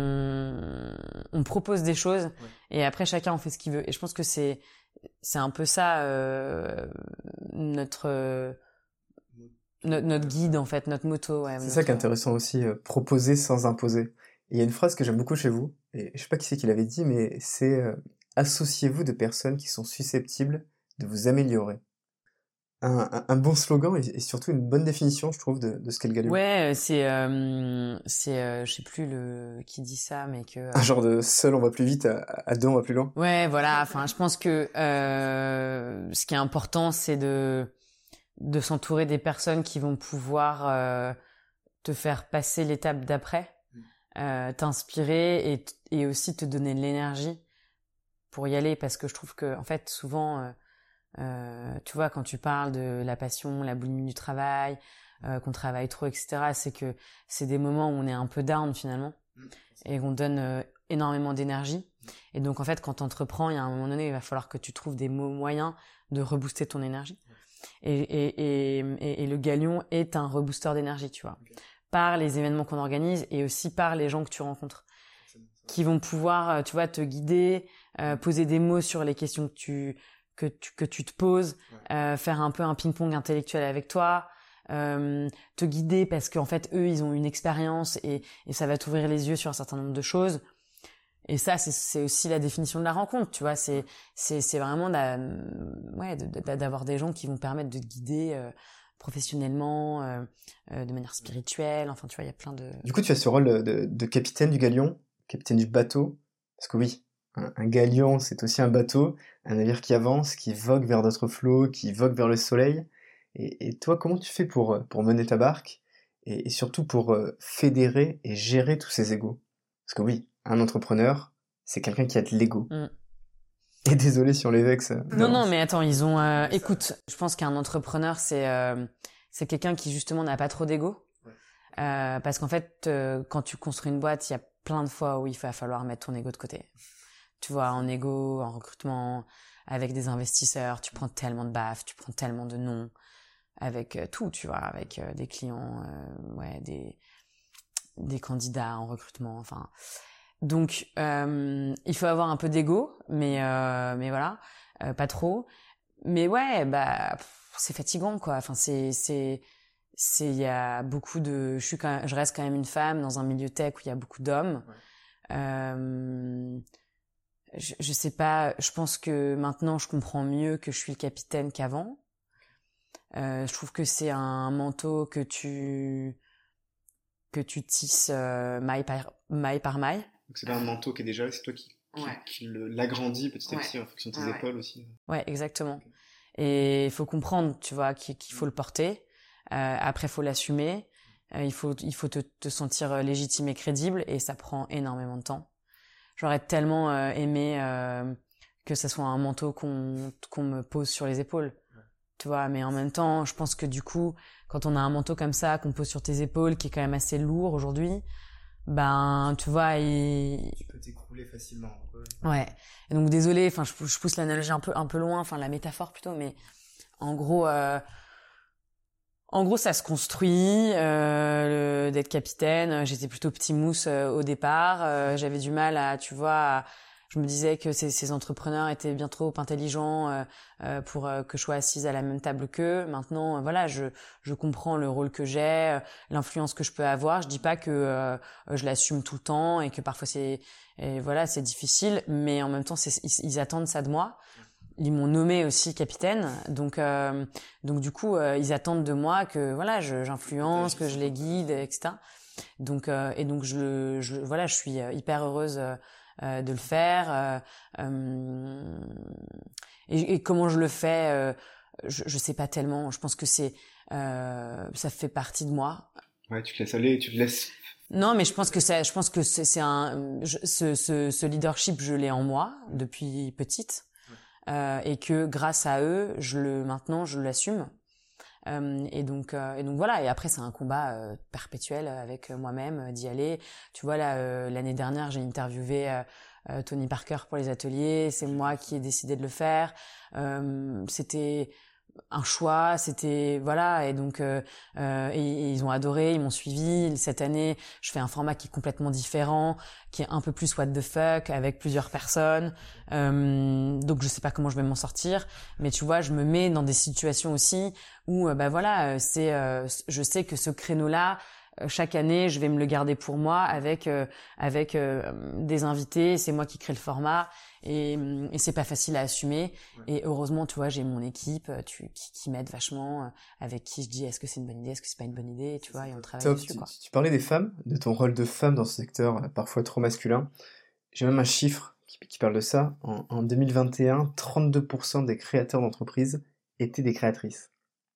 on on propose des choses, ouais. Et après chacun en fait ce qu'il veut. Et je pense que c'est c'est un peu ça euh, notre euh, notre notre guide en fait, notre motto. Ouais, c'est notre... ça qui est intéressant aussi, euh, proposer sans imposer. Il y a une phrase que j'aime beaucoup chez vous, et je sais pas qui c'est qui l'avait dit, mais c'est euh, associez-vous de personnes qui sont susceptibles de vous améliorer. un, un, un bon slogan et, et surtout une bonne définition, je trouve, de, de ce qu'est le Galion. Ouais, c'est, euh, c'est, euh, je sais plus le qui dit ça, mais que. Euh... Un genre de seul on va plus vite, à, à deux on va plus loin. Ouais, voilà. Enfin, je pense que euh, ce qui est important, c'est de de s'entourer des personnes qui vont pouvoir euh, te faire passer l'étape d'après, euh, t'inspirer et et aussi te donner de l'énergie pour y aller, parce que je trouve que en fait souvent. Euh, Euh, tu vois, quand tu parles de la passion, la boulimie du travail, euh, qu'on travaille trop, et cetera, c'est que c'est des moments où on est un peu down finalement et qu'on donne euh, énormément d'énergie. Et donc en fait, quand tu entreprends, il y a un moment donné, il va falloir que tu trouves des moyens de rebooster ton énergie. Et, et, et, et, et le Galion est un rebooster d'énergie, tu vois, par les événements qu'on organise et aussi par les gens que tu rencontres, qui vont pouvoir, tu vois, te guider, euh, poser des mots sur les questions que tu que tu que tu te poses, ouais. euh, faire un peu un ping-pong intellectuel avec toi, euh, te guider parce qu'en fait eux ils ont une expérience et et ça va t'ouvrir les yeux sur un certain nombre de choses. Et ça c'est c'est aussi la définition de la rencontre, tu vois, c'est c'est c'est vraiment la, ouais de, de, d'avoir des gens qui vont permettre de te guider euh, professionnellement, euh, euh, de manière spirituelle, enfin tu vois, il y a plein de. Du coup, tu as ce rôle de de capitaine du Galion, capitaine du bateau, parce que oui, un galion, c'est aussi un bateau, un navire qui avance, qui vogue vers d'autres flots, qui vogue vers le soleil. Et, et toi, comment tu fais pour, pour mener ta barque et, et surtout pour euh, fédérer et gérer tous ces égos? Parce que oui, un entrepreneur, c'est quelqu'un qui a de l'ego. Mm. Et désolé si on les vexe. Non, non, mais attends, ils ont... Euh, écoute, je pense qu'un entrepreneur, c'est euh, c'est quelqu'un qui justement n'a pas trop d'ego. Ouais. Euh, parce qu'en fait, euh, quand tu construis une boîte, il y a plein de fois où il va falloir mettre ton ego de côté. Tu vois, en égo, en recrutement, avec des investisseurs, tu prends tellement de baffes, tu prends tellement de noms, avec euh, tout, tu vois, avec euh, des clients, euh, ouais, des des candidats en recrutement, enfin. Donc, euh, il faut avoir un peu d'ego, mais euh, mais voilà, euh, pas trop. Mais ouais, bah, pff, c'est fatigant, quoi. Enfin, c'est c'est c'est il y a beaucoup de, je suis quand même, je reste quand même une femme dans un milieu tech où il y a beaucoup d'hommes. Ouais. Euh, Je, je sais pas, je pense que maintenant je comprends mieux que je suis le capitaine qu'avant. Euh, je trouve que c'est un manteau que tu que tu tisses euh, maille par maille par maille. Donc c'est pas un manteau qui est déjà là, c'est toi qui, qui, ouais. qui l'agrandit petit à petit ouais. en fonction de tes ouais. épaules aussi. Ouais, exactement. Okay. Et il faut comprendre, tu vois, qu'il, qu'il faut le porter. Euh, après, il faut l'assumer. Euh, il faut il faut te, te sentir légitime et crédible, et ça prend énormément de temps. J'aurais tellement euh, aimé euh, que ça soit un manteau qu'on qu'on me pose sur les épaules, ouais. Tu vois. Mais en même temps, je pense que du coup, quand on a un manteau comme ça qu'on pose sur tes épaules, qui est quand même assez lourd aujourd'hui, ben tu vois, il... tu peux t'écrouler facilement. Ouais. ouais. Et donc désolé, enfin je, je pousse l'analogie un peu un peu loin, enfin la métaphore plutôt, mais en gros. Euh, En gros, ça se construit, euh, le, d'être capitaine. J'étais plutôt petit mousse euh, au départ. Euh, j'avais du mal à, tu vois, à, je me disais que ces, ces entrepreneurs étaient bien trop intelligents euh, euh, pour euh, que je sois assise à la même table qu'eux. Maintenant, euh, voilà, je, je comprends le rôle que j'ai, euh, l'influence que je peux avoir. Je dis pas que euh, je l'assume tout le temps et que parfois c'est, et voilà, c'est difficile, mais en même temps, c'est, ils, ils attendent ça de moi. Ils m'ont nommé aussi capitaine, donc euh, donc du coup euh, ils attendent de moi que voilà je, j'influence, que je les guide, et cetera. Donc euh, et donc je, je voilà je suis hyper heureuse euh, de le faire. Euh, euh, et, et comment je le fais, euh, je, je sais pas tellement. Je pense que c'est euh, ça fait partie de moi. Ouais, tu te laisses aller, tu te laisses. Non, mais je pense que ça, je pense que c'est, c'est un, je, ce, ce, ce leadership, je l'ai en moi depuis petite. Euh, et que grâce à eux, je le maintenant je l'assume. Euh, et donc euh, et donc voilà. Et après c'est un combat euh, perpétuel avec moi-même euh, d'y aller. Tu vois là euh, l'année dernière j'ai interviewé euh, euh, Tony Parker pour les ateliers. C'est moi qui ai décidé de le faire. Euh, c'était un choix, c'était voilà, et donc euh, euh, et, et ils ont adoré, ils m'ont suivi. Cette année, je fais un format qui est complètement différent, qui est un peu plus what the fuck, avec plusieurs personnes. Euh, donc je sais pas comment je vais m'en sortir, mais tu vois, je me mets dans des situations aussi où euh, bah voilà, c'est euh, je sais que ce créneau-là, chaque année, je vais me le garder pour moi avec euh, avec euh, des invités. C'est moi qui crée le format et, et c'est pas facile à assumer. Ouais. Et heureusement, tu vois, j'ai mon équipe tu, qui, qui m'aide vachement, avec qui je dis est-ce que c'est une bonne idée, est-ce que c'est pas une bonne idée, tu vois, et on travaille Top. dessus. Tu, Quoi. tu parlais des femmes, de ton rôle de femme dans ce secteur euh, parfois trop masculin. J'ai même un chiffre qui, qui parle de ça. En, en deux mille vingt et un, trente-deux pour cent des créateurs d'entreprises étaient des créatrices.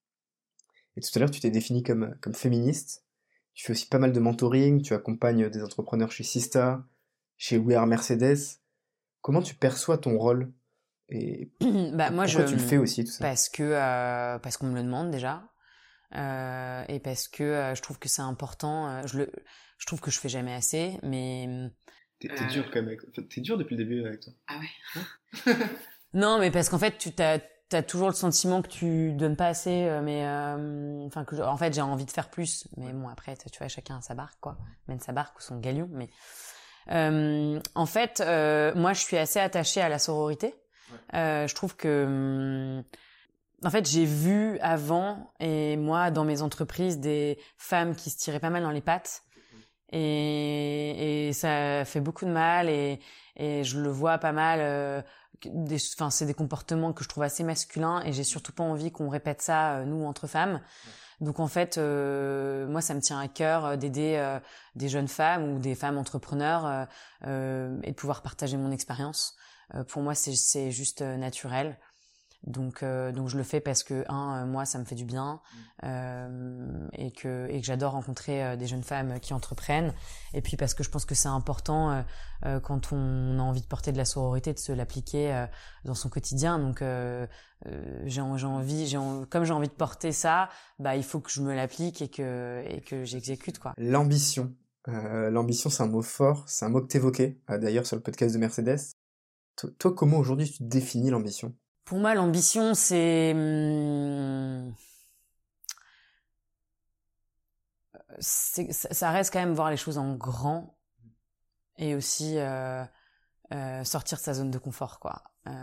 Et tout à l'heure, tu t'es définie comme, comme féministe. Tu fais aussi pas mal de mentoring, tu accompagnes des entrepreneurs chez Sista, chez We Are Mercedes. Comment tu perçois ton rôle et bah, moi, pourquoi je, tu le fais aussi, tout ça? Parce que euh, parce qu'on me le demande déjà, euh, et parce que euh, je trouve que c'est important. Euh, je le, je trouve que je fais jamais assez, mais t'es, t'es euh... dur quand même. Avec... Enfin, t'es dur depuis le début avec toi. Ah ouais. Non, mais parce qu'en fait, tu t'as t'as toujours le sentiment que tu donnes pas assez, mais euh, enfin que en fait j'ai envie de faire plus, mais bon après tu vois chacun a sa barque quoi, mène sa barque ou son galion, mais euh, en fait euh, moi je suis assez attachée à la sororité. Ouais. Euh, je trouve que en fait j'ai vu avant et moi dans mes entreprises des femmes qui se tiraient pas mal dans les pattes et, et ça fait beaucoup de mal et, et je le vois pas mal. Euh, Des, enfin, c'est des comportements que je trouve assez masculins et j'ai surtout pas envie qu'on répète ça euh, nous entre femmes. Ouais. Donc en fait, euh, moi ça me tient à cœur d'aider euh, des jeunes femmes ou des femmes entrepreneurs euh, euh, et de pouvoir partager mon expérience. Euh, pour moi, c'est, c'est juste euh, naturel. Donc, euh, donc je le fais parce que un, euh, moi, ça me fait du bien euh, et que et que j'adore rencontrer euh, des jeunes femmes qui entreprennent. Et puis parce que je pense que c'est important euh, euh, quand on a envie de porter de la sororité, de se l'appliquer euh, dans son quotidien. Donc, euh, euh, j'ai, j'ai envie, j'ai en, comme j'ai envie de porter ça, bah il faut que je me l'applique et que et que j'exécute quoi. L'ambition, euh, l'ambition, c'est un mot fort, c'est un mot que t'évoquais euh, d'ailleurs sur le podcast de Mercedes. Toi, toi comment aujourd'hui tu définis l'ambition? Pour moi, l'ambition, c'est... Hum, c'est... Ça reste quand même voir les choses en grand et aussi euh, euh, sortir de sa zone de confort, quoi. Euh...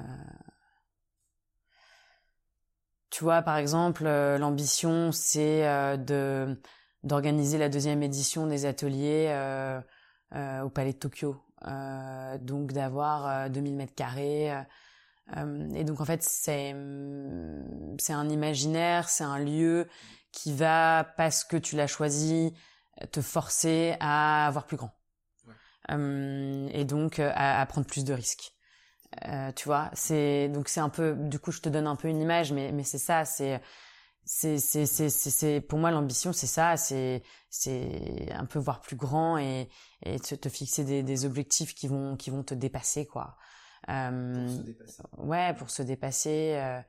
Tu vois, par exemple, euh, l'ambition, c'est euh, de d'organiser la deuxième édition des ateliers euh, euh, au Palais de Tokyo. Euh, donc d'avoir euh, deux mille mètres carrés... Euh, Euh, et donc en fait c'est c'est un imaginaire, c'est un lieu qui va parce que tu l'as choisi te forcer à avoir plus grand. Ouais. Euh, et donc à, à prendre plus de risques. Euh, tu vois, c'est donc c'est un peu du coup je te donne un peu une image mais mais c'est ça, c'est c'est c'est c'est c'est, c'est pour moi l'ambition c'est ça, c'est c'est un peu voir plus grand et et te, te fixer des des objectifs qui vont qui vont te dépasser quoi. Euh, pour se dépasser. Ouais, pour se dépasser. Euh,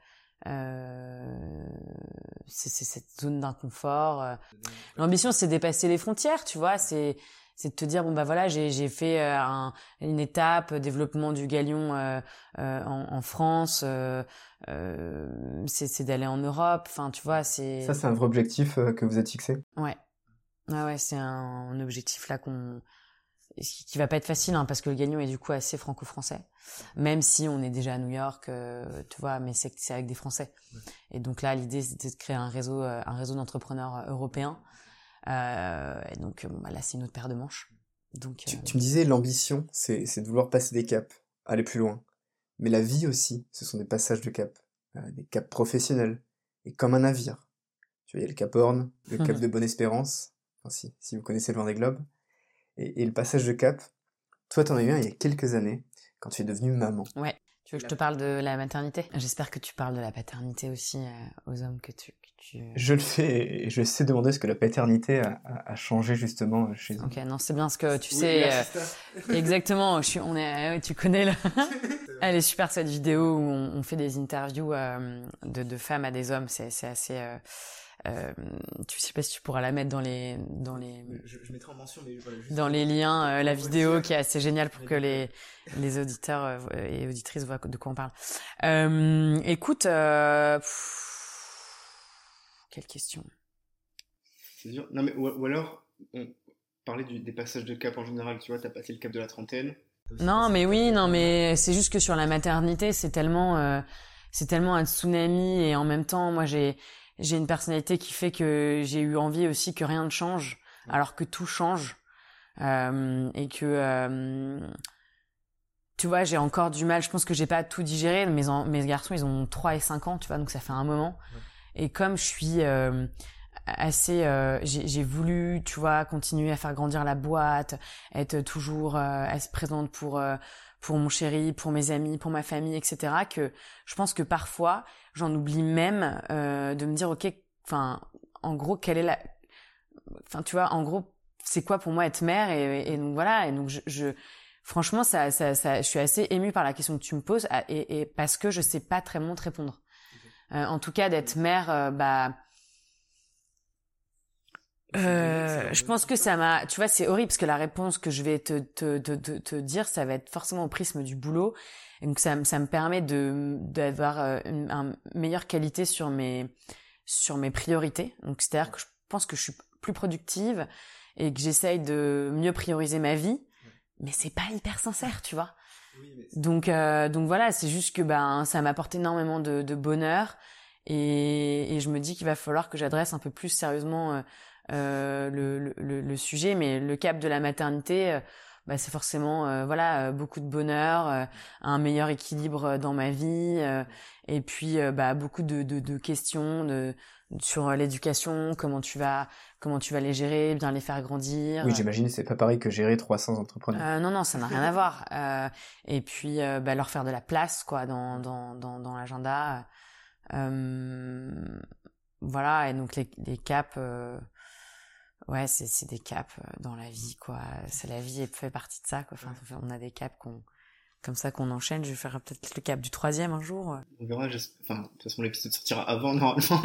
euh, c'est, c'est cette zone d'inconfort. Euh. L'ambition, c'est dépasser les frontières, tu vois. C'est, c'est de te dire bon bah voilà, j'ai j'ai fait euh, un, une étape développement du galion euh, euh, en, en France. Euh, euh, c'est, c'est d'aller en Europe. Enfin, tu vois, c'est. Ça, c'est un vrai objectif euh, que vous êtes fixé. Ouais. Ah ouais, c'est un, un objectif là qu'on. Qui va pas être facile hein, parce que le galion est du coup assez franco-français, même si on est déjà à New York, euh, tu vois, mais c'est c'est avec des Français. Ouais. Et donc là, l'idée c'était de créer un réseau, euh, un réseau d'entrepreneurs européens. Euh, et donc bah, là, c'est une autre paire de manches. Donc tu, euh... tu me disais l'ambition, c'est c'est de vouloir passer des caps, aller plus loin. Mais la vie aussi, ce sont des passages de cap, euh, des caps professionnels, et comme un navire. Tu vois, il y a le Cap Horn, le Cap de Bonne-Espérance. Enfin si, si vous connaissez le Vendée Globe. Et, et le passage de cap, toi t'en as eu un il y a quelques années, quand tu es devenue maman. Ouais, tu veux que je te parle de la maternité ? J'espère que tu parles de la paternité aussi euh, aux hommes que tu... Que tu... Je le fais, et je sais demander ce que la paternité a, a, a changé justement chez eux. Ok, non, c'est bien ce que tu oui, sais... Euh, exactement, je suis, on est, tu connais là. Elle est super cette vidéo où on, on fait des interviews euh, de, de femmes à des hommes, c'est, c'est assez... Euh, Euh, tu sais pas si tu pourras la mettre dans les dans les je, je mettrai en mention mais voilà, juste dans les liens euh, la vidéo qui est assez géniale pour que les les auditeurs euh, et auditrices voient de quoi on parle. Euh, écoute, euh, pff, quelle question. C'est dur. Non mais ou, ou alors on parlait du, des passages de cap en général. Tu vois, t'as passé le cap de la trentaine. Non mais oui, non mais c'est juste que sur la maternité, c'est tellement euh, c'est tellement un tsunami et en même temps, moi j'ai J'ai une personnalité qui fait que j'ai eu envie aussi que rien ne change. alors que tout change euh, et que euh, tu vois, j'ai encore du mal. Je pense que j'ai pas tout digéré. Mes en, mes garçons, ils ont trois et cinq ans, tu vois, donc ça fait un moment. Ouais. Et comme je suis euh, assez, euh, j'ai, j'ai voulu, tu vois, continuer à faire grandir la boîte, être toujours euh, assez présente pour euh, pour mon chéri, pour mes amis, pour ma famille, et cetera. Que je pense que parfois, j'en oublie même euh, de me dire, ok, enfin, en gros, quelle est la, enfin, tu vois, en gros, c'est quoi pour moi être mère et, et, et donc voilà. Et donc je, je franchement, ça, ça, ça, je suis assez émue par la question que tu me poses et, et parce que je sais pas très bien te répondre. Euh, en tout cas, d'être mère, euh, bah. Euh, je pense que ça m'a, tu vois, c'est horrible parce que la réponse que je vais te te te te, te dire, ça va être forcément au prisme du boulot, et donc ça ça me permet de d'avoir une, une meilleure qualité sur mes sur mes priorités. Donc c'est-à-dire que je pense que je suis plus productive et que j'essaye de mieux prioriser ma vie, mais c'est pas hyper sincère, tu vois. Donc euh, donc voilà, c'est juste que ben ça m'apporte énormément de de bonheur et et je me dis qu'il va falloir que j'adresse un peu plus sérieusement euh, Euh, le, le, le sujet, mais le cap de la maternité, euh, bah, c'est forcément euh, voilà euh, beaucoup de bonheur, euh, un meilleur équilibre dans ma vie, euh, et puis euh, bah, beaucoup de, de, de questions de, sur l'éducation, comment tu vas comment tu vas les gérer, bien les faire grandir. Oui, j'imagine c'est pas pareil que gérer trois cents entrepreneurs. Euh, non non, ça n'a rien à voir. Euh, et puis euh, bah, leur faire de la place quoi dans dans dans, dans l'agenda. Euh, voilà, et donc les, les caps. Euh, Ouais, c'est c'est des caps dans la vie quoi. C'est la vie et fait partie de ça quoi. Enfin, on a des caps qu'on comme ça qu'on enchaîne. Je vais faire peut-être le cap du troisième un jour. On verra. Je... Enfin, de toute façon, l'épisode sortira avant normalement.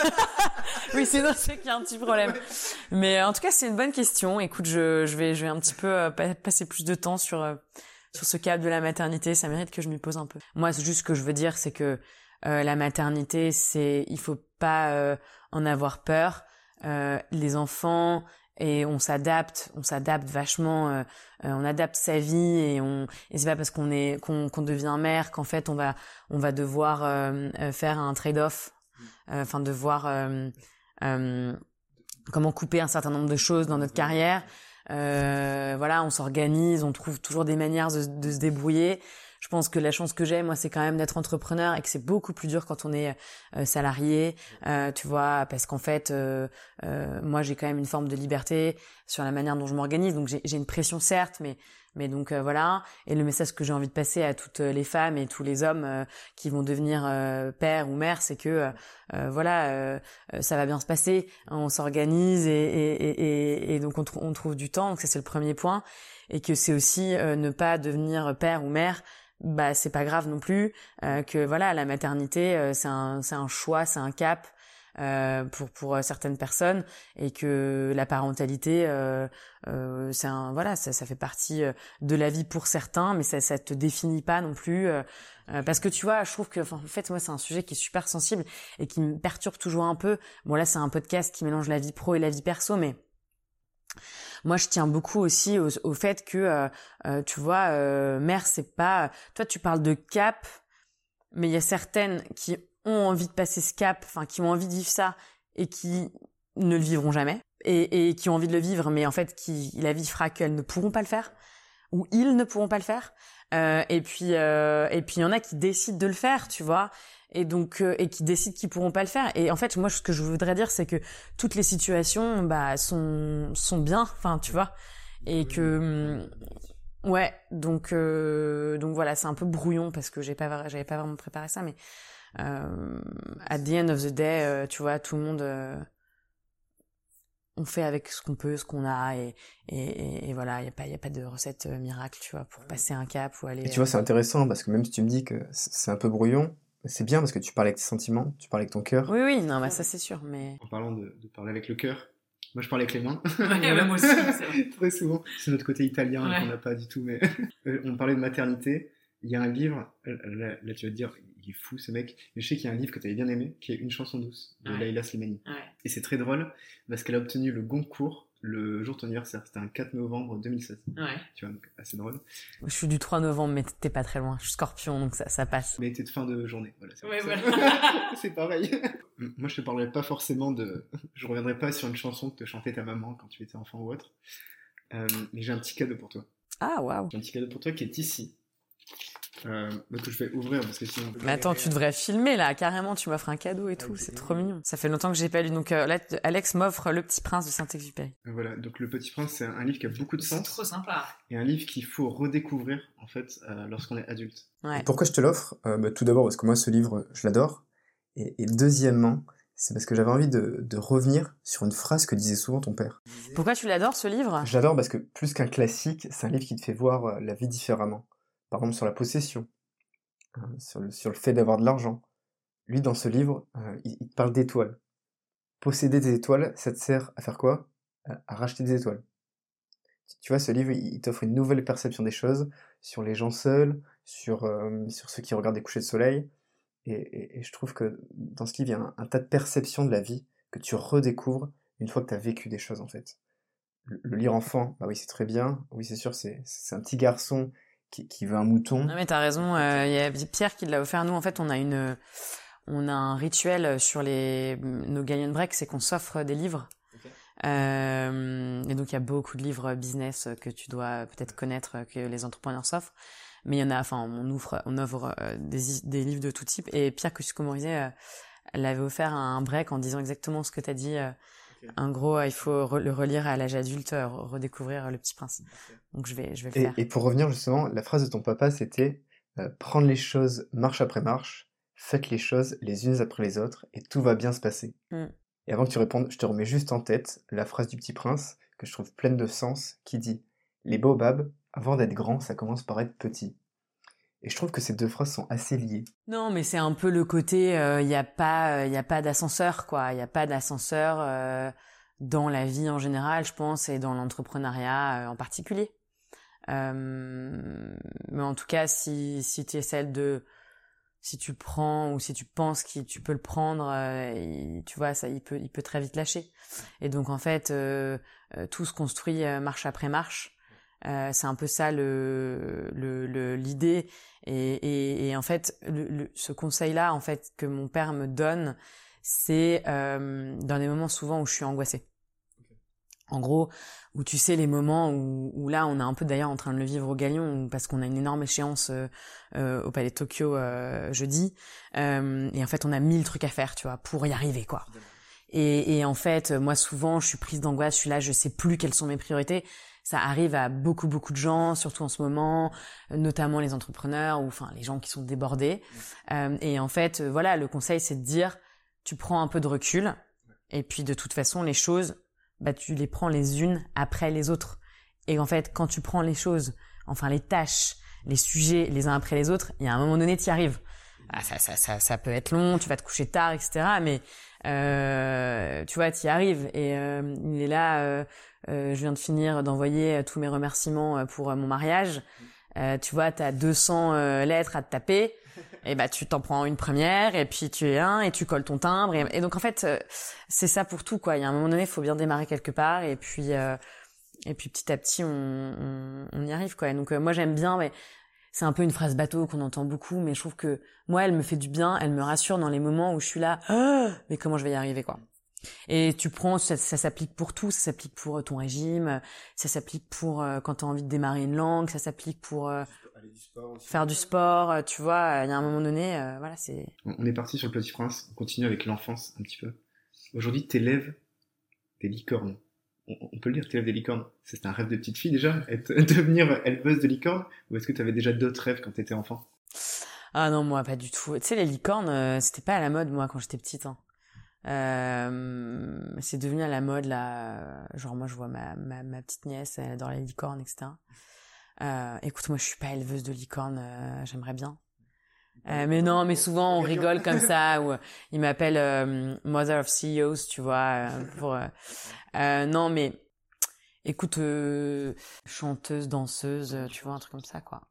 Oui, sinon c'est qu'il y a un petit problème. Mais en tout cas, c'est une bonne question. Écoute, je je vais je vais un petit peu euh, passer plus de temps sur euh, sur ce cap de la maternité. Ça mérite que je m'y pose un peu. Moi, c'est juste ce que je veux dire, c'est que euh, la maternité, c'est il faut pas euh, en avoir peur. Euh, les enfants et on s'adapte, on s'adapte vachement, euh, euh, on adapte sa vie et on et c'est pas parce qu'on est qu'on, qu'on devient mère qu'en fait on va on va devoir euh, faire un trade-off, enfin euh, devoir euh, euh, comment couper un certain nombre de choses dans notre carrière. Euh, voilà, on s'organise, on trouve toujours des manières de, de se débrouiller. Je pense que la chance que j'ai, moi, c'est quand même d'être entrepreneur et que c'est beaucoup plus dur quand on est euh, salarié, euh, tu vois, parce qu'en fait, euh, euh, moi, j'ai quand même une forme de liberté sur la manière dont je m'organise. Donc, j'ai, j'ai une pression, certes, mais mais donc euh, voilà. Et le message que j'ai envie de passer à toutes les femmes et tous les hommes euh, qui vont devenir euh, père ou mère, c'est que euh, voilà, euh, ça va bien se passer. On s'organise et et et, et donc on, tr- on trouve du temps. Donc ça, c'est le premier point. Et que c'est aussi euh, ne pas devenir père ou mère. Bah c'est pas grave non plus, euh, que voilà la maternité euh, c'est un c'est un choix, c'est un cap euh, pour pour euh, certaines personnes et que la parentalité euh, euh, c'est un voilà ça ça fait partie euh, de la vie pour certains, mais ça ça te définit pas non plus euh, euh, parce que tu vois je trouve que en fait moi c'est un sujet qui est super sensible et qui me perturbe toujours un peu. Bon là c'est un podcast qui mélange la vie pro et la vie perso, mais moi, je tiens beaucoup aussi au, au fait que, euh, euh, tu vois, euh, mère, c'est pas... Toi, tu parles de cap, mais il y a certaines qui ont envie de passer ce cap, enfin, qui ont envie de vivre ça et qui ne le vivront jamais. Et, et qui ont envie de le vivre, mais en fait, qui la vie fera qu'elles ne pourront pas le faire. Ou ils ne pourront pas le faire. Euh, et puis, euh, et puis, il y en a qui décident de le faire, tu vois. Et donc euh, et qui décident qu'ils pourront pas le faire. Et en fait moi ce que je voudrais dire c'est que toutes les situations bah sont sont bien, enfin tu vois, et que ouais donc euh, donc voilà c'est un peu brouillon parce que j'ai pas j'avais pas vraiment préparé ça, mais euh, at the end of the day euh, tu vois tout le monde euh, on fait avec ce qu'on peut, ce qu'on a, et et, et voilà il y a pas il y a pas de recette miracle tu vois pour passer un cap ou aller. Et tu vois c'est intéressant parce que même si tu me dis que c'est un peu brouillon, c'est bien parce que tu parles avec tes sentiments, tu parles avec ton cœur. Oui, oui, non, bah ça c'est sûr, mais... En parlant de, de parler avec le cœur, moi je parle avec les mains. Ouais, ouais, moi aussi, c'est vrai. Très souvent, c'est notre côté italien ouais. qu'on n'a pas du tout, mais on parlait de maternité. Il y a un livre, là, là tu vas te dire, il est fou ce mec, mais je sais qu'il y a un livre que tu avais bien aimé, qui est Une chanson douce, de ouais. Leïla Slimani. Ouais. Et c'est très drôle, parce qu'elle a obtenu le Goncourt le jour de ton anniversaire. C'était un quatre novembre deux mille seize. Ouais. Tu vois, donc assez drôle. Je suis du trois novembre, mais t'es pas très loin. Je suis Scorpion, donc ça, ça passe. Mais t'es de fin de journée. Voilà, c'est Ouais, ça. voilà. C'est pareil. Moi, je te parlerai pas forcément de... Je reviendrai pas sur une chanson que te chantait ta maman quand tu étais enfant ou autre. Euh, mais j'ai un petit cadeau pour toi. Ah, waouh. J'ai un petit cadeau pour toi qui est ici. Euh, bah, que je vais ouvrir parce que sinon... Mais attends, tu devrais filmer là, carrément, tu m'offres un cadeau et tout, c'est trop mignon. Ça fait longtemps que j'ai pas lu, donc euh, là, Alex m'offre Le Petit Prince de Saint-Exupéry. Voilà, donc Le Petit Prince, c'est un livre qui a beaucoup de sens. C'est trop sympa. Et un livre qu'il faut redécouvrir, en fait, euh, lorsqu'on est adulte. Ouais. Pourquoi je te l'offre? euh, bah, Tout d'abord parce que moi, ce livre, je l'adore. Et, et deuxièmement, c'est parce que j'avais envie de, de revenir sur une phrase que disait souvent ton père. Pourquoi tu l'adores, ce livre? Je l'adore parce que plus qu'un classique, c'est un livre qui te fait voir euh, la vie différemment. Par exemple, sur la possession, hein, sur, le, sur le fait d'avoir de l'argent. Lui, dans ce livre, euh, il, il te parle d'étoiles. Posséder des étoiles, ça te sert à faire quoi? À, à racheter des étoiles. Tu vois, ce livre, il t'offre une nouvelle perception des choses, sur les gens seuls, sur, euh, sur ceux qui regardent des couchers de soleil. Et, et, et je trouve que dans ce livre, il y a un, un tas de perceptions de la vie que tu redécouvres une fois que tu as vécu des choses, en fait. Le, le lire enfant, bah oui, c'est très bien. Oui, c'est sûr, c'est, c'est un petit garçon qui, qui veut un mouton. Non mais t'as raison, il euh, y a Pierre qui l'a offert. Nous, en fait, on a une, on a un rituel sur les nos Gallion Break, c'est qu'on s'offre des livres. Okay. Euh, et donc il y a beaucoup de livres business que tu dois peut-être connaître, que les entrepreneurs s'offrent. Mais il y en a, enfin, on ouvre, on offre euh, des, des livres de tout type. Et Pierre Cusco-Morizet euh, l'avait offert un break en disant exactement ce que t'as dit. Euh, okay. En gros, il faut re- le relire à l'âge adulte, euh, redécouvrir Le Petit Prince. Okay. Donc je vais, je vais le et, faire. Et pour revenir justement, la phrase de ton papa, c'était euh, prendre les choses marche après marche, faites les choses les unes après les autres, et tout va bien se passer. Mm. Et avant que tu répondes, je te remets juste en tête la phrase du Petit Prince que je trouve pleine de sens, qui dit « Les baobabs, avant d'être grands, ça commence par être petit ». Et je trouve que ces deux phrases sont assez liées. Non, mais c'est un peu le côté, il euh, y a pas, il euh, y a pas d'ascenseur, quoi. Il y a pas d'ascenseur euh, dans la vie en général, je pense, et dans l'entrepreneuriat euh, en particulier. Euh, mais en tout cas, si si tu es celle de, si tu prends ou si tu penses que tu peux le prendre, euh, il, tu vois, ça, il peut, il peut très vite lâcher. Et donc en fait, euh, euh, tout se construit euh, marche après marche. Euh, c'est un peu ça le, le, le l'idée. Et, et, et en fait, le, le, ce conseil-là, en fait, que mon père me donne, c'est euh, dans des moments souvent où je suis angoissée. Okay. En gros, où tu sais les moments où, où là, on est un peu d'ailleurs en train de le vivre au Galion, parce qu'on a une énorme échéance euh, euh, au Palais de Tokyo euh, jeudi, euh, et en fait, on a mille trucs à faire, tu vois, pour y arriver, quoi. Et, et en fait, moi, souvent, je suis prise d'angoisse, je suis là, je sais plus quelles sont mes priorités. Ça arrive à beaucoup, beaucoup de gens, surtout en ce moment, notamment les entrepreneurs ou enfin les gens qui sont débordés. Mmh. Euh, et en fait, voilà, le conseil, c'est de dire, tu prends un peu de recul et puis de toute façon, les choses, bah, tu les prends les unes après les autres. Et en fait, quand tu prends les choses, enfin les tâches, les sujets les uns après les autres, il y a un moment donné, tu y arrives. Ah, ça, ça, ça, ça peut être long, tu vas te coucher tard, et cetera. Mais euh, tu vois, tu y arrives. Et euh, il est là. Euh, Euh, je viens de finir d'envoyer tous mes remerciements pour euh, mon mariage. Euh, tu vois, t'as deux cents euh, lettres à te taper. Et bah, tu t'en prends une première, et puis tu es un, et tu colles ton timbre. Et, et donc, en fait, euh, c'est ça pour tout, quoi. Il y a un moment donné, il faut bien démarrer quelque part, et puis, euh, et puis petit à petit, on, on, on y arrive, quoi. Et donc, euh, moi, j'aime bien, mais c'est un peu une phrase bateau qu'on entend beaucoup, mais je trouve que moi, elle me fait du bien, elle me rassure dans les moments où je suis là, oh, mais comment je vais y arriver, quoi. Et tu prends, ça, ça s'applique pour tout, ça s'applique pour ton régime, ça s'applique pour euh, quand tu as envie de démarrer une langue, ça s'applique pour euh, du sport aussi. Faire du sport, euh, tu vois, il y a un moment donné, euh, voilà, c'est... On est parti sur Le Petit Prince, on continue avec l'enfance un petit peu. Aujourd'hui, t'élèves des licornes. On, on peut le dire, t'élèves des licornes. C'est un rêve de petite fille déjà, être, devenir éleveuse de licornes, ou est-ce que tu avais déjà d'autres rêves quand t'étais enfant? Ah non, moi pas du tout. Tu sais, les licornes, euh, c'était pas à la mode, moi, quand j'étais petite, hein. Euh, c'est devenu à la mode là, genre moi je vois ma, ma, ma petite nièce, elle adore les licornes, et cetera. Euh, écoute, moi je suis pas éleveuse de licornes, euh, j'aimerais bien. Euh, mais non, mais souvent on rigole comme ça, ou ils m'appellent euh, Mother of C E Os, tu vois. Euh, pour, euh, euh, non, mais écoute, euh, chanteuse, danseuse, tu vois, un truc comme ça, quoi.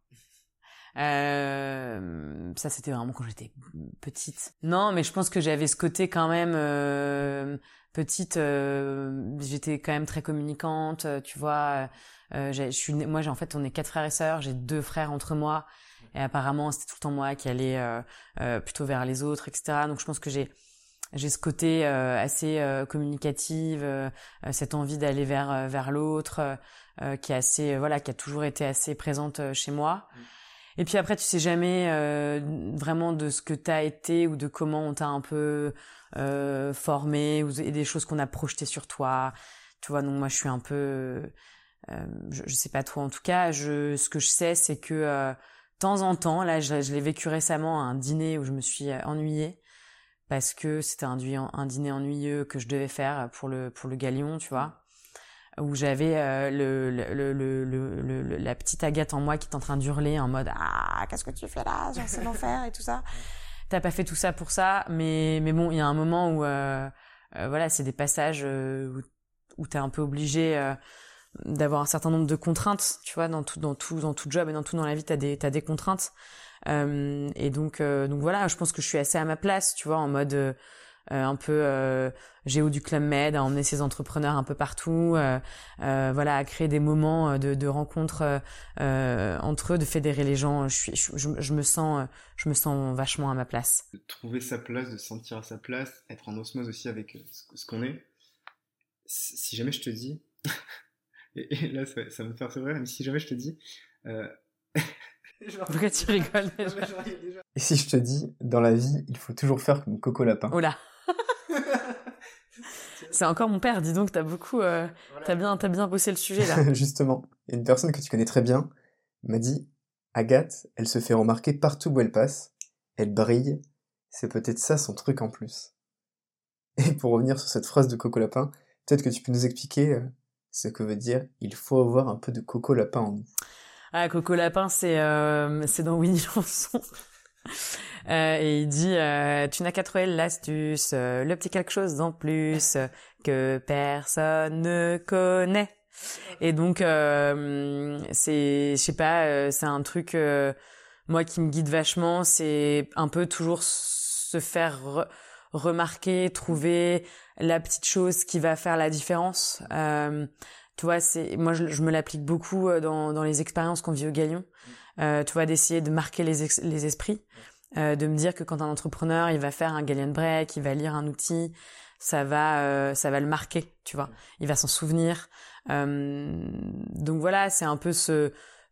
Euh, ça c'était vraiment quand j'étais petite. Non, mais je pense que j'avais ce côté quand même euh, petite, euh, j'étais quand même très communicante, tu vois. Euh, j'ai, je suis, moi, j'ai en fait, on est quatre frères et sœurs. J'ai deux frères entre moi, et apparemment, c'était tout le temps moi qui allais euh, euh, plutôt vers les autres, et cetera. Donc, je pense que j'ai j'ai ce côté euh, assez euh, communicative, euh, cette envie d'aller vers euh, vers l'autre, euh, qui est assez, euh, voilà, qui a toujours été assez présente euh, chez moi. Mmh. Et puis après, tu sais jamais euh, vraiment de ce que t'as été ou de comment on t'a un peu euh, formé ou et des choses qu'on a projetées sur toi. Tu vois, donc moi, je suis un peu, euh, je, je sais pas toi en tout cas. Je, ce que je sais, c'est que euh, de temps en temps, là, je, je l'ai vécu récemment à un dîner où je me suis ennuyée. Parce que c'était un, un dîner ennuyeux que je devais faire pour le pour le Galion, tu vois, où j'avais euh, le, le, le, le, le, le la petite Agathe en moi qui est en train d'hurler en mode ah qu'est-ce que tu fais là, genre c'est l'enfer et tout ça. T'as pas fait tout ça pour ça, mais mais bon il y a un moment où euh, euh, voilà c'est des passages euh, où où t'es un peu obligé euh, d'avoir un certain nombre de contraintes, tu vois, dans tout dans tout dans tout job et dans tout dans la vie t'as des t'as des contraintes. Euh, et donc euh, donc voilà, je pense que je suis assez à ma place, tu vois, en mode euh, un peu euh, Géo du Club Med, à emmener ses entrepreneurs un peu partout, euh, euh, voilà, à créer des moments de, de rencontres euh, entre eux, de fédérer les gens. Je suis, je, je, je me sens, je me sens vachement à ma place. De trouver sa place, de se sentir à sa place, être en osmose aussi avec ce, ce qu'on est. Si jamais je te dis, et, et là ça, ça va me faire sourire, mais si jamais je te dis. Euh... Pourquoi tu rigoles déjà? Et si je te dis, dans la vie, il faut toujours faire comme Coco Lapin. Oh là. C'est encore mon père, dis donc, t'as beaucoup, euh, voilà. t'as bien, t'as bien bossé le sujet là. Justement, une personne que tu connais très bien m'a dit, Agathe, elle se fait remarquer partout où elle passe, elle brille, c'est peut-être ça son truc en plus. Et pour revenir sur cette phrase de Coco Lapin, peut-être que tu peux nous expliquer euh, ce que veut dire, il faut avoir un peu de Coco Lapin en nous. Ah, Coco Lapin, c'est euh, c'est dans Winnie l'ourson. Euh, et il dit euh, tu n'as qu'à trouver l'astuce, euh, le petit quelque chose en plus euh, que personne ne connaît. Et donc euh, c'est, je sais pas, euh, c'est un truc euh, moi qui me guide vachement, c'est un peu toujours se faire re- remarquer, trouver la petite chose qui va faire la différence. Euh, tu vois, c'est moi je, je me l'applique beaucoup dans dans les expériences qu'on vit au Galion. Euh, tu vois, d'essayer de marquer les ex- les esprits. Euh, de me dire que quand un entrepreneur il va faire un Galion Break, il va lire un outil, ça va euh, ça va le marquer, tu vois, il va s'en souvenir. Euh, donc voilà, c'est un peu se,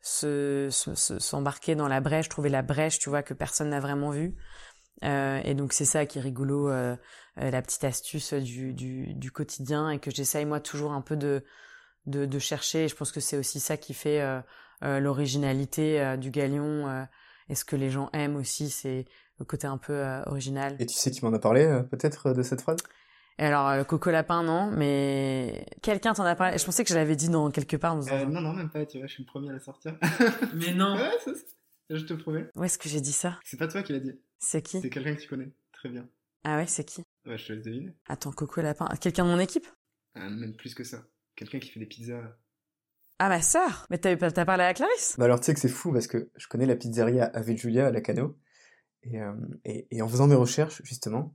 se, se, se s'embarquer dans la brèche, trouver la brèche, tu vois, que personne n'a vraiment vue. Euh, et donc c'est ça qui est rigolo, euh, euh, la petite astuce du, du du quotidien, et que j'essaye moi toujours un peu de de, de chercher. Et je pense que c'est aussi ça qui fait euh, euh, l'originalité euh, du Galion. Euh, Et ce que les gens aiment aussi, c'est le côté un peu euh, original. Et tu sais qui m'en a parlé, euh, peut-être, de cette phrase? Et alors, euh, Coco Lapin, non, mais quelqu'un t'en a parlé. Je pensais que je l'avais dit dans quelque part. En disant... euh, non, non, même pas, tu vois, je suis le premier à la sortir. Mais non. Ouais, ça, je te promets. Où est-ce que j'ai dit ça? C'est pas toi qui l'as dit. C'est qui? C'est quelqu'un que tu connais, très bien. Ah ouais, c'est qui? Ouais, je te laisse deviner. Attends, Coco Lapin. Quelqu'un de mon équipe? euh, Même plus que ça. Quelqu'un qui fait des pizzas... Ah, ma sœur. Mais t'as, t'as parlé à Clarisse? Bah alors tu sais que c'est fou parce que je connais la pizzeria Ave Giulia à Lacano, et, euh, et, et en faisant mes recherches justement,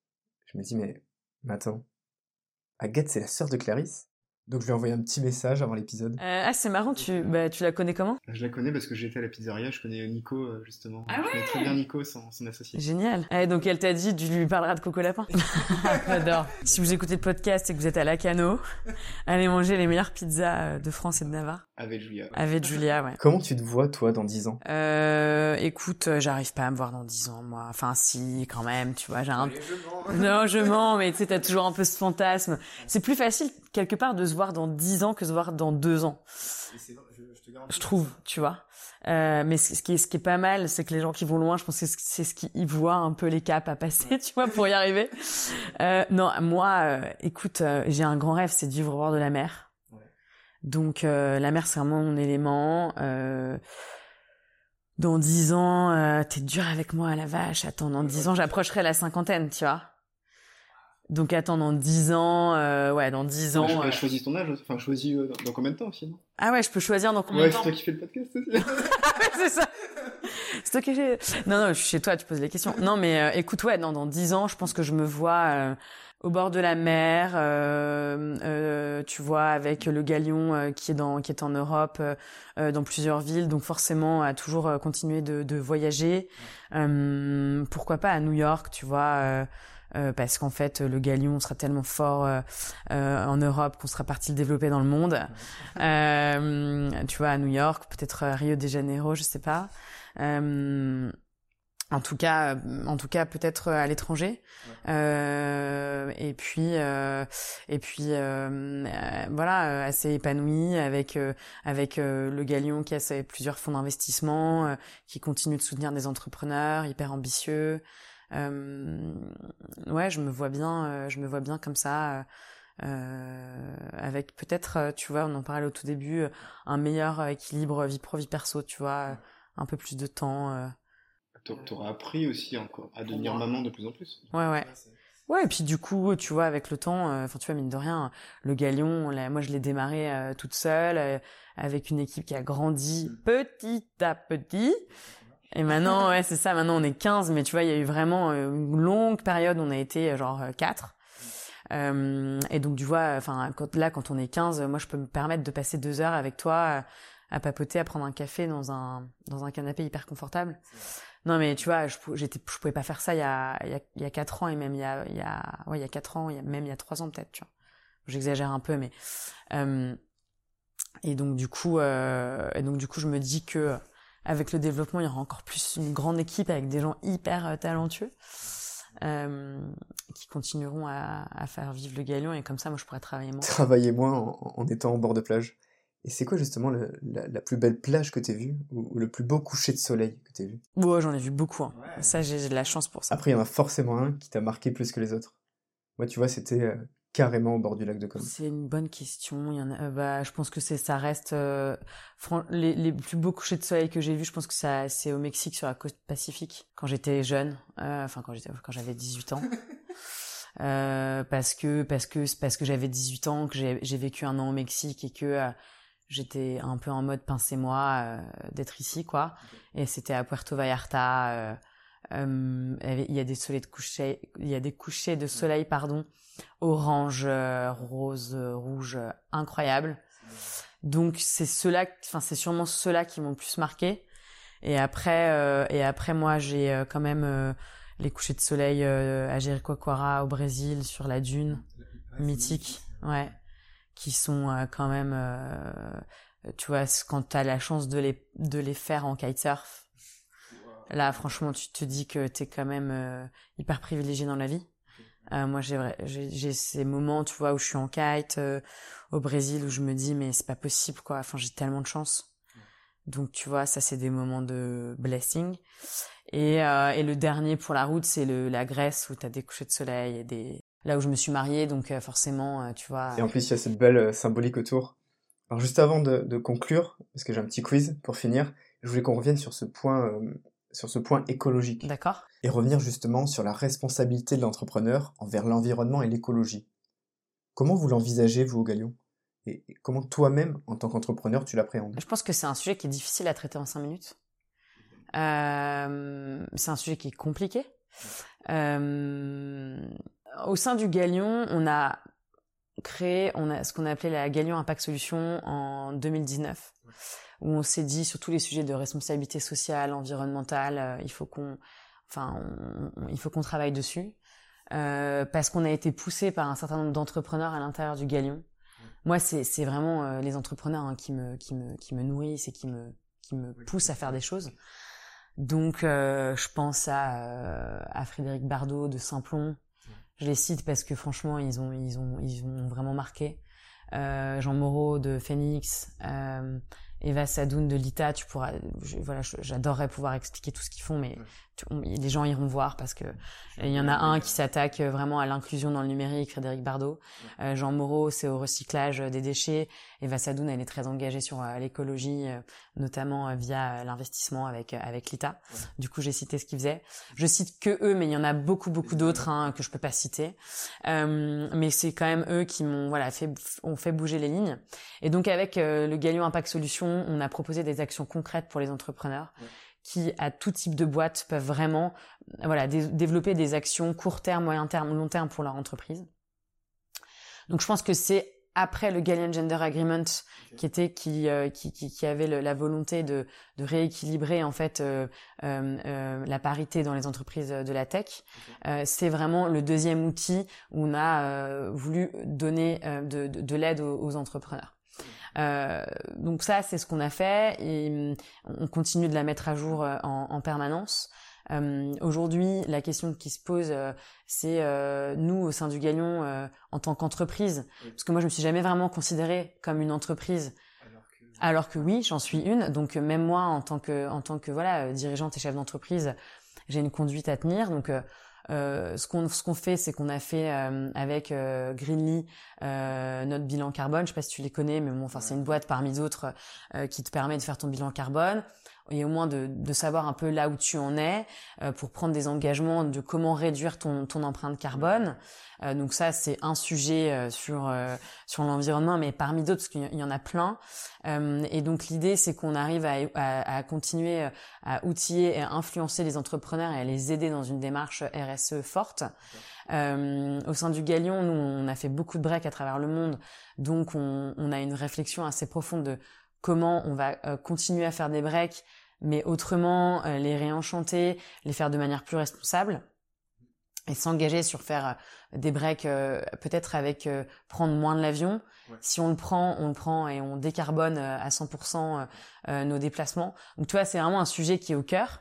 je me dis mais, mais attends, Agathe c'est la sœur de Clarisse? Donc je lui ai envoyé un petit message avant l'épisode. Euh, ah, c'est marrant, tu, bah, tu la connais comment? Je la connais parce que j'étais à la pizzeria, je connais Nico, justement. Ah ouais? Je connais très bien Nico, son, son associé. Génial. Ah, donc elle t'a dit, tu lui parleras de Coco Lapin? J'adore. Si vous écoutez le podcast et que vous êtes à Lacano, allez manger les meilleures pizzas de France et de Navarre. Avec Julia. Ouais. Avec Julia, ouais. Comment tu te vois toi dans dix ans? Euh, écoute, j'arrive pas à me voir dans dix ans, moi. Enfin, si, quand même, tu vois, j'ai un... Non, je mens, mais tu sais, t'as toujours un peu ce fantasme. C'est plus facile, quelque part, de se voir dans dix ans que se voir dans deux ans. Je, je, te je trouve, tu vois. Euh, mais ce qui est, ce qui est pas mal, c'est que les gens qui vont loin, je pense que c'est ce qui y voient un peu les caps à passer, tu vois, pour y arriver. Euh, non, moi, euh, écoute, euh, j'ai un grand rêve, c'est de vivre au bord de la mer. Donc euh, la mer c'est vraiment mon élément. Euh, dans dix ans, euh, t'es dur avec moi, la vache. Attends, dans dix ans, j'approcherai la cinquantaine, tu vois. Donc attends, dans dix ans, euh, ouais, dans dix ans. Ouais, euh... choisis ton âge, enfin choisis euh, dans, dans combien de temps aussi, non? Ah ouais, je peux choisir dans combien ouais, de temps? Ouais, c'est toi qui fais le podcast aussi. Ouais, c'est ça. C'est toi qui fais. Non, non, je suis chez toi, tu poses les questions. Non, mais euh, écoute, ouais, non, dans dix ans, je pense que je me vois. Euh... au bord de la mer, euh, euh, tu vois, avec le Galion euh, qui est dans, qui est en Europe, euh, dans plusieurs villes, donc forcément à toujours euh, continuer de, de voyager. Euh, pourquoi pas à New York, tu vois, euh, euh, parce qu'en fait le Galion sera tellement fort euh, euh, en Europe qu'on sera parti le développer dans le monde. Euh, tu vois, à New York, peut-être à Rio de Janeiro, je sais pas. Euh, En tout cas, en tout cas, peut-être à l'étranger. Ouais. Euh, et puis, euh, et puis, euh, euh, voilà, assez épanoui avec euh, avec euh, le Galion qui a ses plusieurs fonds d'investissement, euh, qui continue de soutenir des entrepreneurs hyper ambitieux. Euh, ouais, je me vois bien, euh, je me vois bien comme ça, euh, avec peut-être, tu vois, on en parlait au tout début, un meilleur équilibre vie pro vie perso, tu vois, ouais. Un peu plus de temps. Euh, T'auras appris aussi encore à devenir maman de plus en plus. Ouais, ouais. Ouais, et puis du coup, tu vois, avec le temps, enfin, euh, tu vois, mine de rien, le Galion, là, moi, je l'ai démarré euh, toute seule, euh, avec une équipe qui a grandi petit à petit. Et maintenant, ouais, c'est ça, maintenant, on est quinze, mais tu vois, il y a eu vraiment une longue période, on a été genre quatre. Euh, et donc, tu vois, enfin, quand, là, quand on est quinze, moi, je peux me permettre de passer deux heures avec toi à, à papoter, à prendre un café dans un, dans un canapé hyper confortable. Non, mais tu vois, je, j'étais, je pouvais pas faire ça il y a, il y a, il y a quatre ans et même il y a, il y a, ouais, il y a quatre ans, il y a, même il y a trois ans peut-être, tu vois. J'exagère un peu, mais, euh, et donc du coup, euh, et donc du coup, je me dis que, avec le développement, il y aura encore plus une grande équipe avec des gens hyper euh, talentueux, euh, qui continueront à, à faire vivre le Galion, et comme ça, moi, je pourrais travailler moins. Travailler moins en, en étant en bord de plage. Et c'est quoi justement le, la, la plus belle plage que t'aies vue, ou, ou le plus beau coucher de soleil que t'aies vu? Ouais, j'en ai vu beaucoup. Hein. Ouais. Ça, j'ai, j'ai de la chance pour ça. Après, il y en a forcément un qui t'a marqué plus que les autres. Moi, tu vois, c'était euh, carrément au bord du lac de Como. C'est une bonne question. Il y en a, euh, bah, je pense que c'est, ça reste euh, fran- les, les plus beaux couchers de soleil que j'ai vus. Je pense que ça, c'est au Mexique, sur la côte pacifique, quand j'étais jeune. Euh, enfin, quand j'étais, quand j'avais dix-huit ans. euh, parce que, parce que, parce que j'avais dix-huit ans, que j'ai, j'ai vécu un an au Mexique et que euh, j'étais un peu en mode pincez-moi euh, d'être ici, quoi. Okay. Et c'était à Puerto Vallarta. Euh, euh, il y a des soleils de coucher, il y a des couchers de soleil, pardon, orange, euh, rose, euh, rouge, euh, incroyable. Donc c'est ceux-là, enfin c'est sûrement ceux-là qui m'ont le plus marqué. Et après, euh, et après moi j'ai euh, quand même euh, les couchers de soleil euh, à Jericoacoara au Brésil sur la dune, ouais, mythique, ouais. Qui sont euh, quand même, euh, tu vois, quand t'as la chance de les de les faire en kitesurf, wow. Là franchement tu te dis que t'es quand même euh, hyper privilégié dans la vie. Euh, moi j'ai, j'ai j'ai ces moments, tu vois, où je suis en kite euh, au Brésil, où je me dis mais c'est pas possible, quoi. Enfin j'ai tellement de chance. Donc tu vois, ça c'est des moments de blessing. Et euh, et le dernier pour la route, c'est le la Grèce, où t'as des couchers de soleil et des là où je me suis mariée, donc euh, forcément, euh, tu vois... Et en plus, il y a cette belle euh, symbolique autour. Alors juste avant de, de conclure, parce que j'ai un petit quiz pour finir, je voulais qu'on revienne sur ce point, euh, sur ce point écologique. D'accord. Et revenir justement sur la responsabilité de l'entrepreneur envers l'environnement et l'écologie. Comment vous l'envisagez, vous, au Galion ? Et, et comment toi-même, en tant qu'entrepreneur, tu l'appréhendes ? Je pense que c'est un sujet qui est difficile à traiter en cinq minutes. Euh, c'est un sujet qui est compliqué. Euh... Au sein du Galion, on a créé on a ce qu'on a appelé la Galion Impact Solutions en deux mille dix-neuf, où on s'est dit sur tous les sujets de responsabilité sociale, environnementale, euh, il faut qu'on, enfin, on, on, il faut qu'on travaille dessus, euh, parce qu'on a été poussé par un certain nombre d'entrepreneurs à l'intérieur du Galion. Moi, c'est c'est vraiment euh, les entrepreneurs hein, qui me qui me qui me nourrissent et qui me qui me poussent à faire des choses. Donc, euh, je pense à euh, à Frédéric Bardot de Simplon. Je les cite parce que franchement, ils ont, ils ont, ils ont vraiment marqué. Euh, Jean Moreau de Phoenix, euh, Eva Sadoun de Lita. Tu pourras, je, voilà, je, j'adorerais pouvoir expliquer tout ce qu'ils font, mais tu, on, les gens iront voir parce que il y en a un qui s'attaque vraiment à l'inclusion dans le numérique, Frédéric Bardot. Euh, Jean Moreau, c'est au recyclage des déchets. Eva Sadoun, elle est très engagée sur euh, l'écologie, euh, notamment euh, via euh, l'investissement avec euh, avec Lita. Ouais. Du coup, j'ai cité ce qu'ils faisaient. Je cite que eux, mais il y en a beaucoup beaucoup d'autres hein, que je peux pas citer. Euh, mais c'est quand même eux qui m'ont voilà fait ont fait bouger les lignes. Et donc avec euh, le Galion Impact Solutions, on a proposé des actions concrètes pour les entrepreneurs. Ouais. Qui, à tout type de boîte, peuvent vraiment voilà, dé- développer des actions court terme, moyen terme, long terme pour leur entreprise. Donc je pense que c'est après le Galien Gender Agreement okay. qui était qui, euh, qui qui qui avait le, la volonté de de rééquilibrer en fait euh, euh, euh, la parité dans les entreprises de la tech. Okay. Euh, c'est vraiment le deuxième outil où on a euh, voulu donner euh, de, de de l'aide aux, aux entrepreneurs. Euh, donc ça, c'est ce qu'on a fait et on continue de la mettre à jour en, en permanence. Euh, aujourd'hui, la question qui se pose, euh, c'est euh, nous au sein du Galion euh, en tant qu'entreprise, oui. parce que moi je me suis jamais vraiment considérée comme une entreprise, alors que, alors que oui, j'en suis une. Donc même moi, en tant que en tant que voilà dirigeante et chef d'entreprise, j'ai une conduite à tenir. Donc euh, Euh, ce qu'on ce qu'on fait, c'est qu'on a fait euh, avec euh, Greenly euh, notre bilan carbone. Je sais pas si tu les connais, mais bon, enfin ouais. c'est une boîte parmi d'autres euh, qui te permet de faire ton bilan carbone et au moins de de savoir un peu là où tu en es euh, pour prendre des engagements de comment réduire ton ton empreinte carbone. Euh, donc ça c'est un sujet euh, sur euh, sur l'environnement, mais parmi d'autres parce qu'il y en a plein. Euh, et donc l'idée c'est qu'on arrive à, à à continuer à outiller et à influencer les entrepreneurs et à les aider dans une démarche R S E forte. Euh, au sein du Galion, nous on a fait beaucoup de breaks à travers le monde, donc on on a une réflexion assez profonde de comment on va euh, continuer à faire des breaks, mais autrement, euh, les réenchanter, les faire de manière plus responsable et s'engager sur faire euh, des breaks euh, peut-être avec euh, prendre moins de l'avion. Ouais. Si on le prend, on le prend et on décarbone euh, à cent pour cent euh, euh, nos déplacements. Donc tu vois, c'est vraiment un sujet qui est au cœur.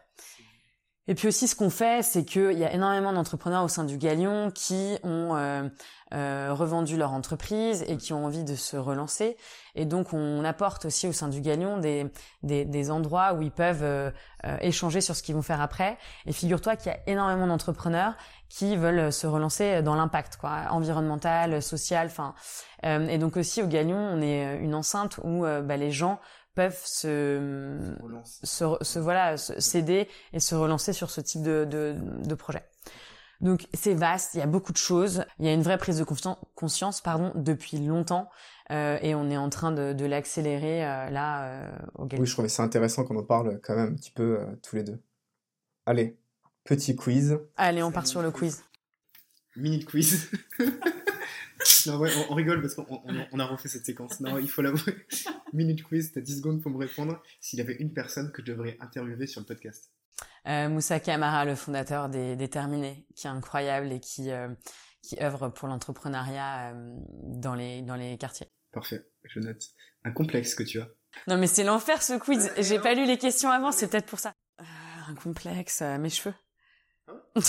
Et puis aussi, ce qu'on fait, c'est qu'il y a énormément d'entrepreneurs au sein du Galion qui ont euh, euh, revendu leur entreprise et qui ont envie de se relancer. Et donc, on apporte aussi au sein du Galion des, des, des endroits où ils peuvent euh, euh, échanger sur ce qu'ils vont faire après. Et figure-toi qu'il y a énormément d'entrepreneurs qui veulent se relancer dans l'impact, quoi, environnemental, social. Enfin, euh, et donc aussi au Galion, on est une enceinte où euh, bah, les gens peuvent se, se, se voilà, se, s'aider et se relancer sur ce type de, de, de projet. Donc c'est vaste, il y a beaucoup de choses, il y a une vraie prise de confiance, conscience pardon, depuis longtemps euh, et on est en train de, de l'accélérer euh, là euh, au Galion. Oui, je trouvais ça intéressant qu'on en parle quand même un petit peu euh, tous les deux. Allez, petit quiz. Allez, on part sur le quiz. Minute quiz. Non, ouais, on, on rigole parce qu'on on, on a refait cette séquence. Non, il faut l'avouer. Minute quiz, t'as dix secondes pour me répondre. S'il y avait une personne que je devrais interviewer sur le podcast. Euh, Moussa Camara, le fondateur des Déterminés, qui est incroyable et qui, euh, qui œuvre pour l'entrepreneuriat euh, dans, les, dans les quartiers. Parfait, je note. Un complexe que tu as. Non, mais c'est l'enfer ce quiz. J'ai pas lu les questions avant, c'est peut-être pour ça. Euh, un complexe, euh, mes cheveux. Ah ouais.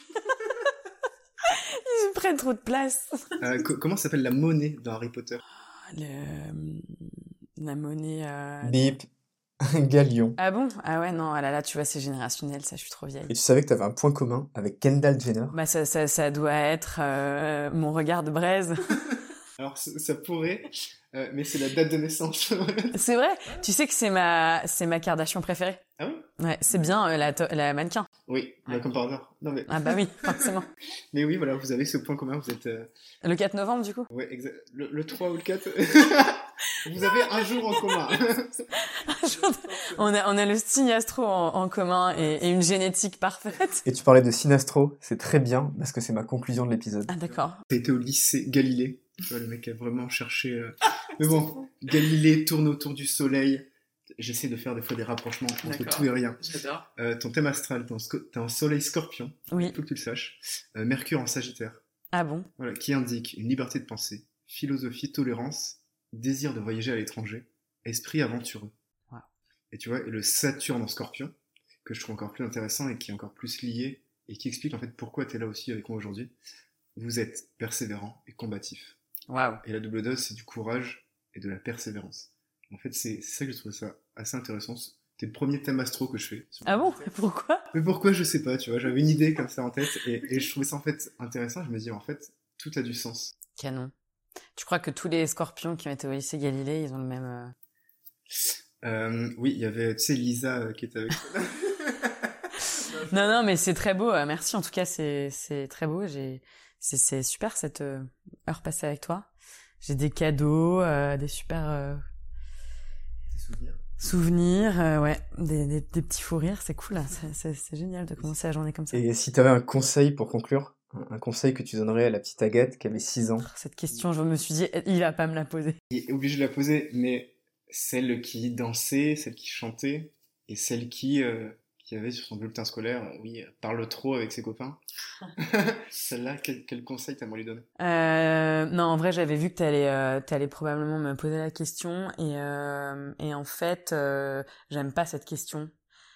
Ils prennent trop de place. Euh, co- comment s'appelle la monnaie dans Harry Potter ? Le... La monnaie... Euh... Bip. Galion. Ah bon ? Ah ouais, non, ah là là, tu vois, c'est générationnel, ça, je suis trop vieille. Et tu savais que t'avais un point commun avec Kendall Jenner ? Bah ça, ça, ça doit être euh, mon regard de braise. Alors, ça, ça pourrait, euh, mais c'est la date de naissance. C'est vrai ? Tu sais que c'est ma, c'est ma Kardashian préférée. Ah oui ? Ouais, c'est bien euh, la, to- la mannequin. Oui, bah, ouais. Comme par hasard. Non, mais... Ah bah oui, forcément. Mais oui, voilà, vous avez ce point commun, vous êtes... Euh... Le quatre novembre, du coup ? Ouais, exact. Le, le trois ou le quatre. Vous avez un jour en commun. Un jour de... on, a, on a le signe astro en, en commun et, et une génétique parfaite. Et tu parlais de signe astro, c'est très bien, parce que c'est ma conclusion de l'épisode. Ah d'accord. T'as été au lycée Galilée. Tu vois, le mec a vraiment cherché... Euh... Mais bon, Galilée tourne autour du soleil. J'essaie de faire des fois des rapprochements entre D'accord. tout et rien. J'adore. Euh, ton thème astral, t'es en, sco- t'es en soleil scorpion. Oui. Il faut que tu le saches. Euh, Mercure en sagittaire. Ah bon ? Voilà, qui indique une liberté de pensée, philosophie, tolérance, désir de voyager à l'étranger, esprit aventureux. Wow. Et tu vois, et le Saturne en scorpion, que je trouve encore plus intéressant et qui est encore plus lié, et qui explique en fait pourquoi t'es là aussi avec moi aujourd'hui. Vous êtes persévérant et combatif. Waouh. Et la double dose, c'est du courage et de la persévérance. En fait, c'est, c'est ça que je trouve ça assez intéressant. C'était le premier thème astro que je fais. Ah bon ? Pourquoi ? Mais pourquoi, je sais pas, tu vois. J'avais une idée comme ça en tête et, et je trouvais ça en fait intéressant. Je me dis, en fait, tout a du sens. Canon. Tu crois que tous les scorpions qui ont été au lycée Galilée, ils ont le même... Euh... Euh, oui, il y avait, tu sais, Lisa euh, qui était avec toi. Non, non, mais c'est très beau. Merci, en tout cas, c'est, c'est très beau. J'ai... C'est, c'est super cette euh, heure passée avec toi. J'ai des cadeaux, euh, des super... Euh... Souvenirs. Souvenirs, euh, ouais, des, des, des petits fous rires, c'est cool, là. C'est, c'est, c'est génial de commencer la journée comme ça. Et si t'avais un conseil pour conclure un, un conseil que tu donnerais à la petite Agathe qui avait six ans? Cette question, je me suis dit, il va pas me la poser. Il est obligé de la poser, mais celle qui dansait, celle qui chantait, et celle qui, euh, qui avait sur son bulletin scolaire, euh, oui, euh, parle trop avec ses copains. Celle-là, quel, quel conseil t'aimerais lui donner? Euh, non, en vrai, j'avais vu que t'allais, euh, t'allais probablement me poser la question, et, euh, et en fait, euh, j'aime pas cette question.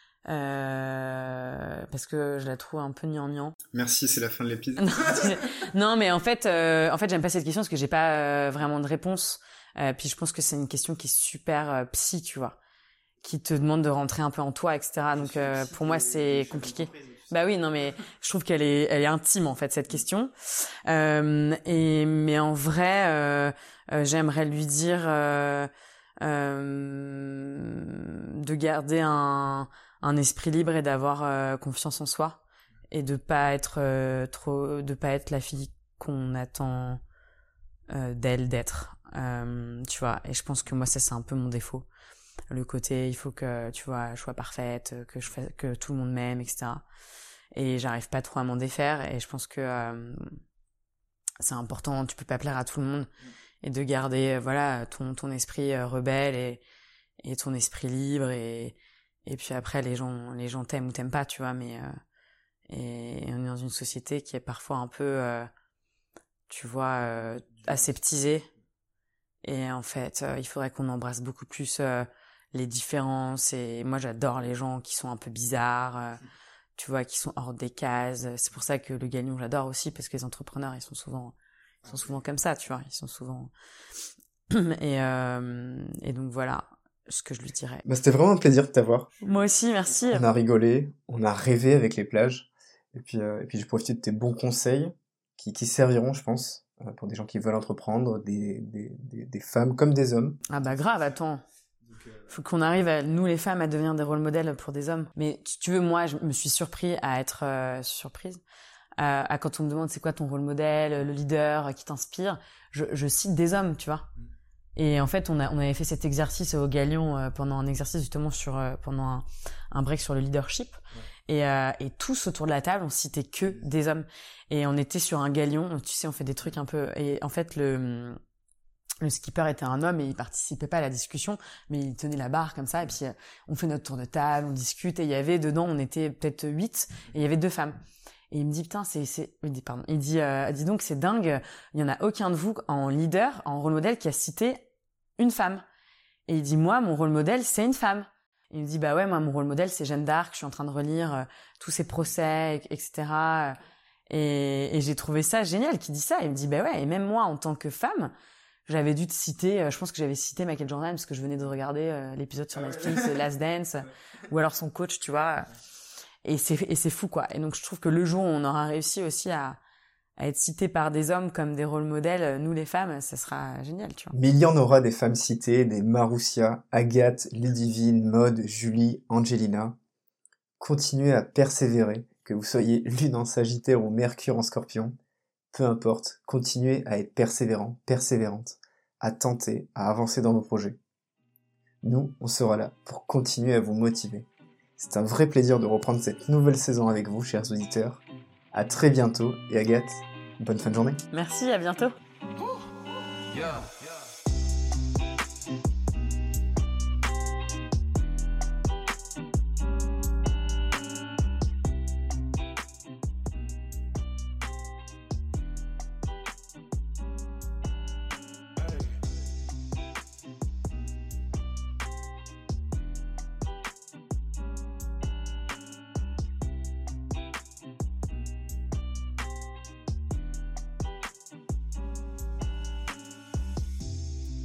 Euh, parce que je la trouve un peu gnangnan. Merci, c'est la fin de l'épisode. non, non, mais en fait, euh, en fait, j'aime pas cette question parce que j'ai pas euh, vraiment de réponse. Euh, puis je pense que c'est une question qui est super euh, psy, tu vois, qui te demande de rentrer un peu en toi, et cetera. Donc euh, pour moi, c'est compliqué. Bah oui, non, mais je trouve qu'elle est, elle est intime en fait cette question. Euh, et mais en vrai, euh, euh, j'aimerais lui dire euh, euh, de garder un un esprit libre et d'avoir euh, confiance en soi et de pas être euh, trop, de pas être la fille qu'on attend euh, d'elle d'être. Euh, tu vois. Et je pense que moi ça c'est un peu mon défaut. Le côté il faut que tu vois je sois parfaite, que je fais, que tout le monde m'aime, et cetera. Et j'arrive pas trop à m'en défaire. Et je pense que euh, c'est important. Tu peux pas plaire à tout le monde et de garder euh, voilà ton ton esprit euh, rebelle et et ton esprit libre et et puis après les gens les gens t'aiment ou t'aiment pas, tu vois, mais euh, et on est dans une société qui est parfois un peu euh, tu vois euh, aseptisée et en fait euh, il faudrait qu'on embrasse beaucoup plus euh, les différences. Et moi j'adore les gens qui sont un peu bizarres, euh, tu vois, qui sont hors des cases. C'est pour ça que le Galion j'adore aussi, parce que les entrepreneurs ils sont souvent ils sont souvent comme ça, tu vois, ils sont souvent et euh, et donc voilà ce que je lui dirais. Bah, c'était vraiment un plaisir de t'avoir. Moi aussi, merci. On a rigolé, on a rêvé avec les plages, et puis, euh, et puis j'ai profité de tes bons conseils qui, qui serviront, je pense, euh, pour des gens qui veulent entreprendre, des, des, des, des femmes comme des hommes. Ah bah grave, attends. Faut qu'on arrive, à, nous les femmes, à devenir des rôles modèles pour des hommes. Mais si tu veux, moi, je me suis surpris à être euh, surprise. Euh, à quand on me demande c'est quoi ton rôle modèle, le leader euh, qui t'inspire, je, je cite des hommes, tu vois. Et en fait, on a on avait fait cet exercice au Galion euh, pendant un exercice justement sur euh, pendant un, un break sur le leadership. Ouais. Et euh, et tous autour de la table, on citait que des hommes. Et on était sur un Galion, tu sais, on fait des trucs un peu. Et en fait, le le skipper était un homme et il participait pas à la discussion, mais il tenait la barre comme ça. Et puis euh, on fait notre tour de table, on discute. Et il y avait dedans, on était peut-être huit, et il y avait deux femmes. Et il me dit putain c'est c'est il dit pardon il dit euh, dis donc c'est dingue, il y en a aucun de vous en leader, en rôle modèle qui a cité une femme. Et il dit moi mon rôle modèle c'est une femme. Et il me dit bah ouais moi mon rôle modèle c'est Jeanne d'Arc, je suis en train de relire euh, tous ses procès et cetera. Et, et j'ai trouvé ça génial qu'il dit ça. Il me dit bah ouais et même moi en tant que femme j'avais dû te citer, euh, je pense que j'avais cité Michael Jordan parce que je venais de regarder euh, l'épisode sur Netflix Last Dance ou alors son coach tu vois. Et c'est, et c'est fou, quoi. Et donc, je trouve que le jour où on aura réussi aussi à, à être cité par des hommes comme des rôles modèles, nous les femmes, ça sera génial, tu vois. Mais il y en aura des femmes citées, des Maroussia, Agathe, Ludivine, Maud, Julie, Angelina. Continuez à persévérer, que vous soyez Lune en Sagittaire ou Mercure en Scorpion. Peu importe, continuez à être persévérant, persévérante, à tenter, à avancer dans vos projets. Nous, on sera là pour continuer à vous motiver. C'est un vrai plaisir de reprendre cette nouvelle saison avec vous, chers auditeurs. À très bientôt, et Agathe, bonne fin de journée. Merci, à bientôt. Yeah.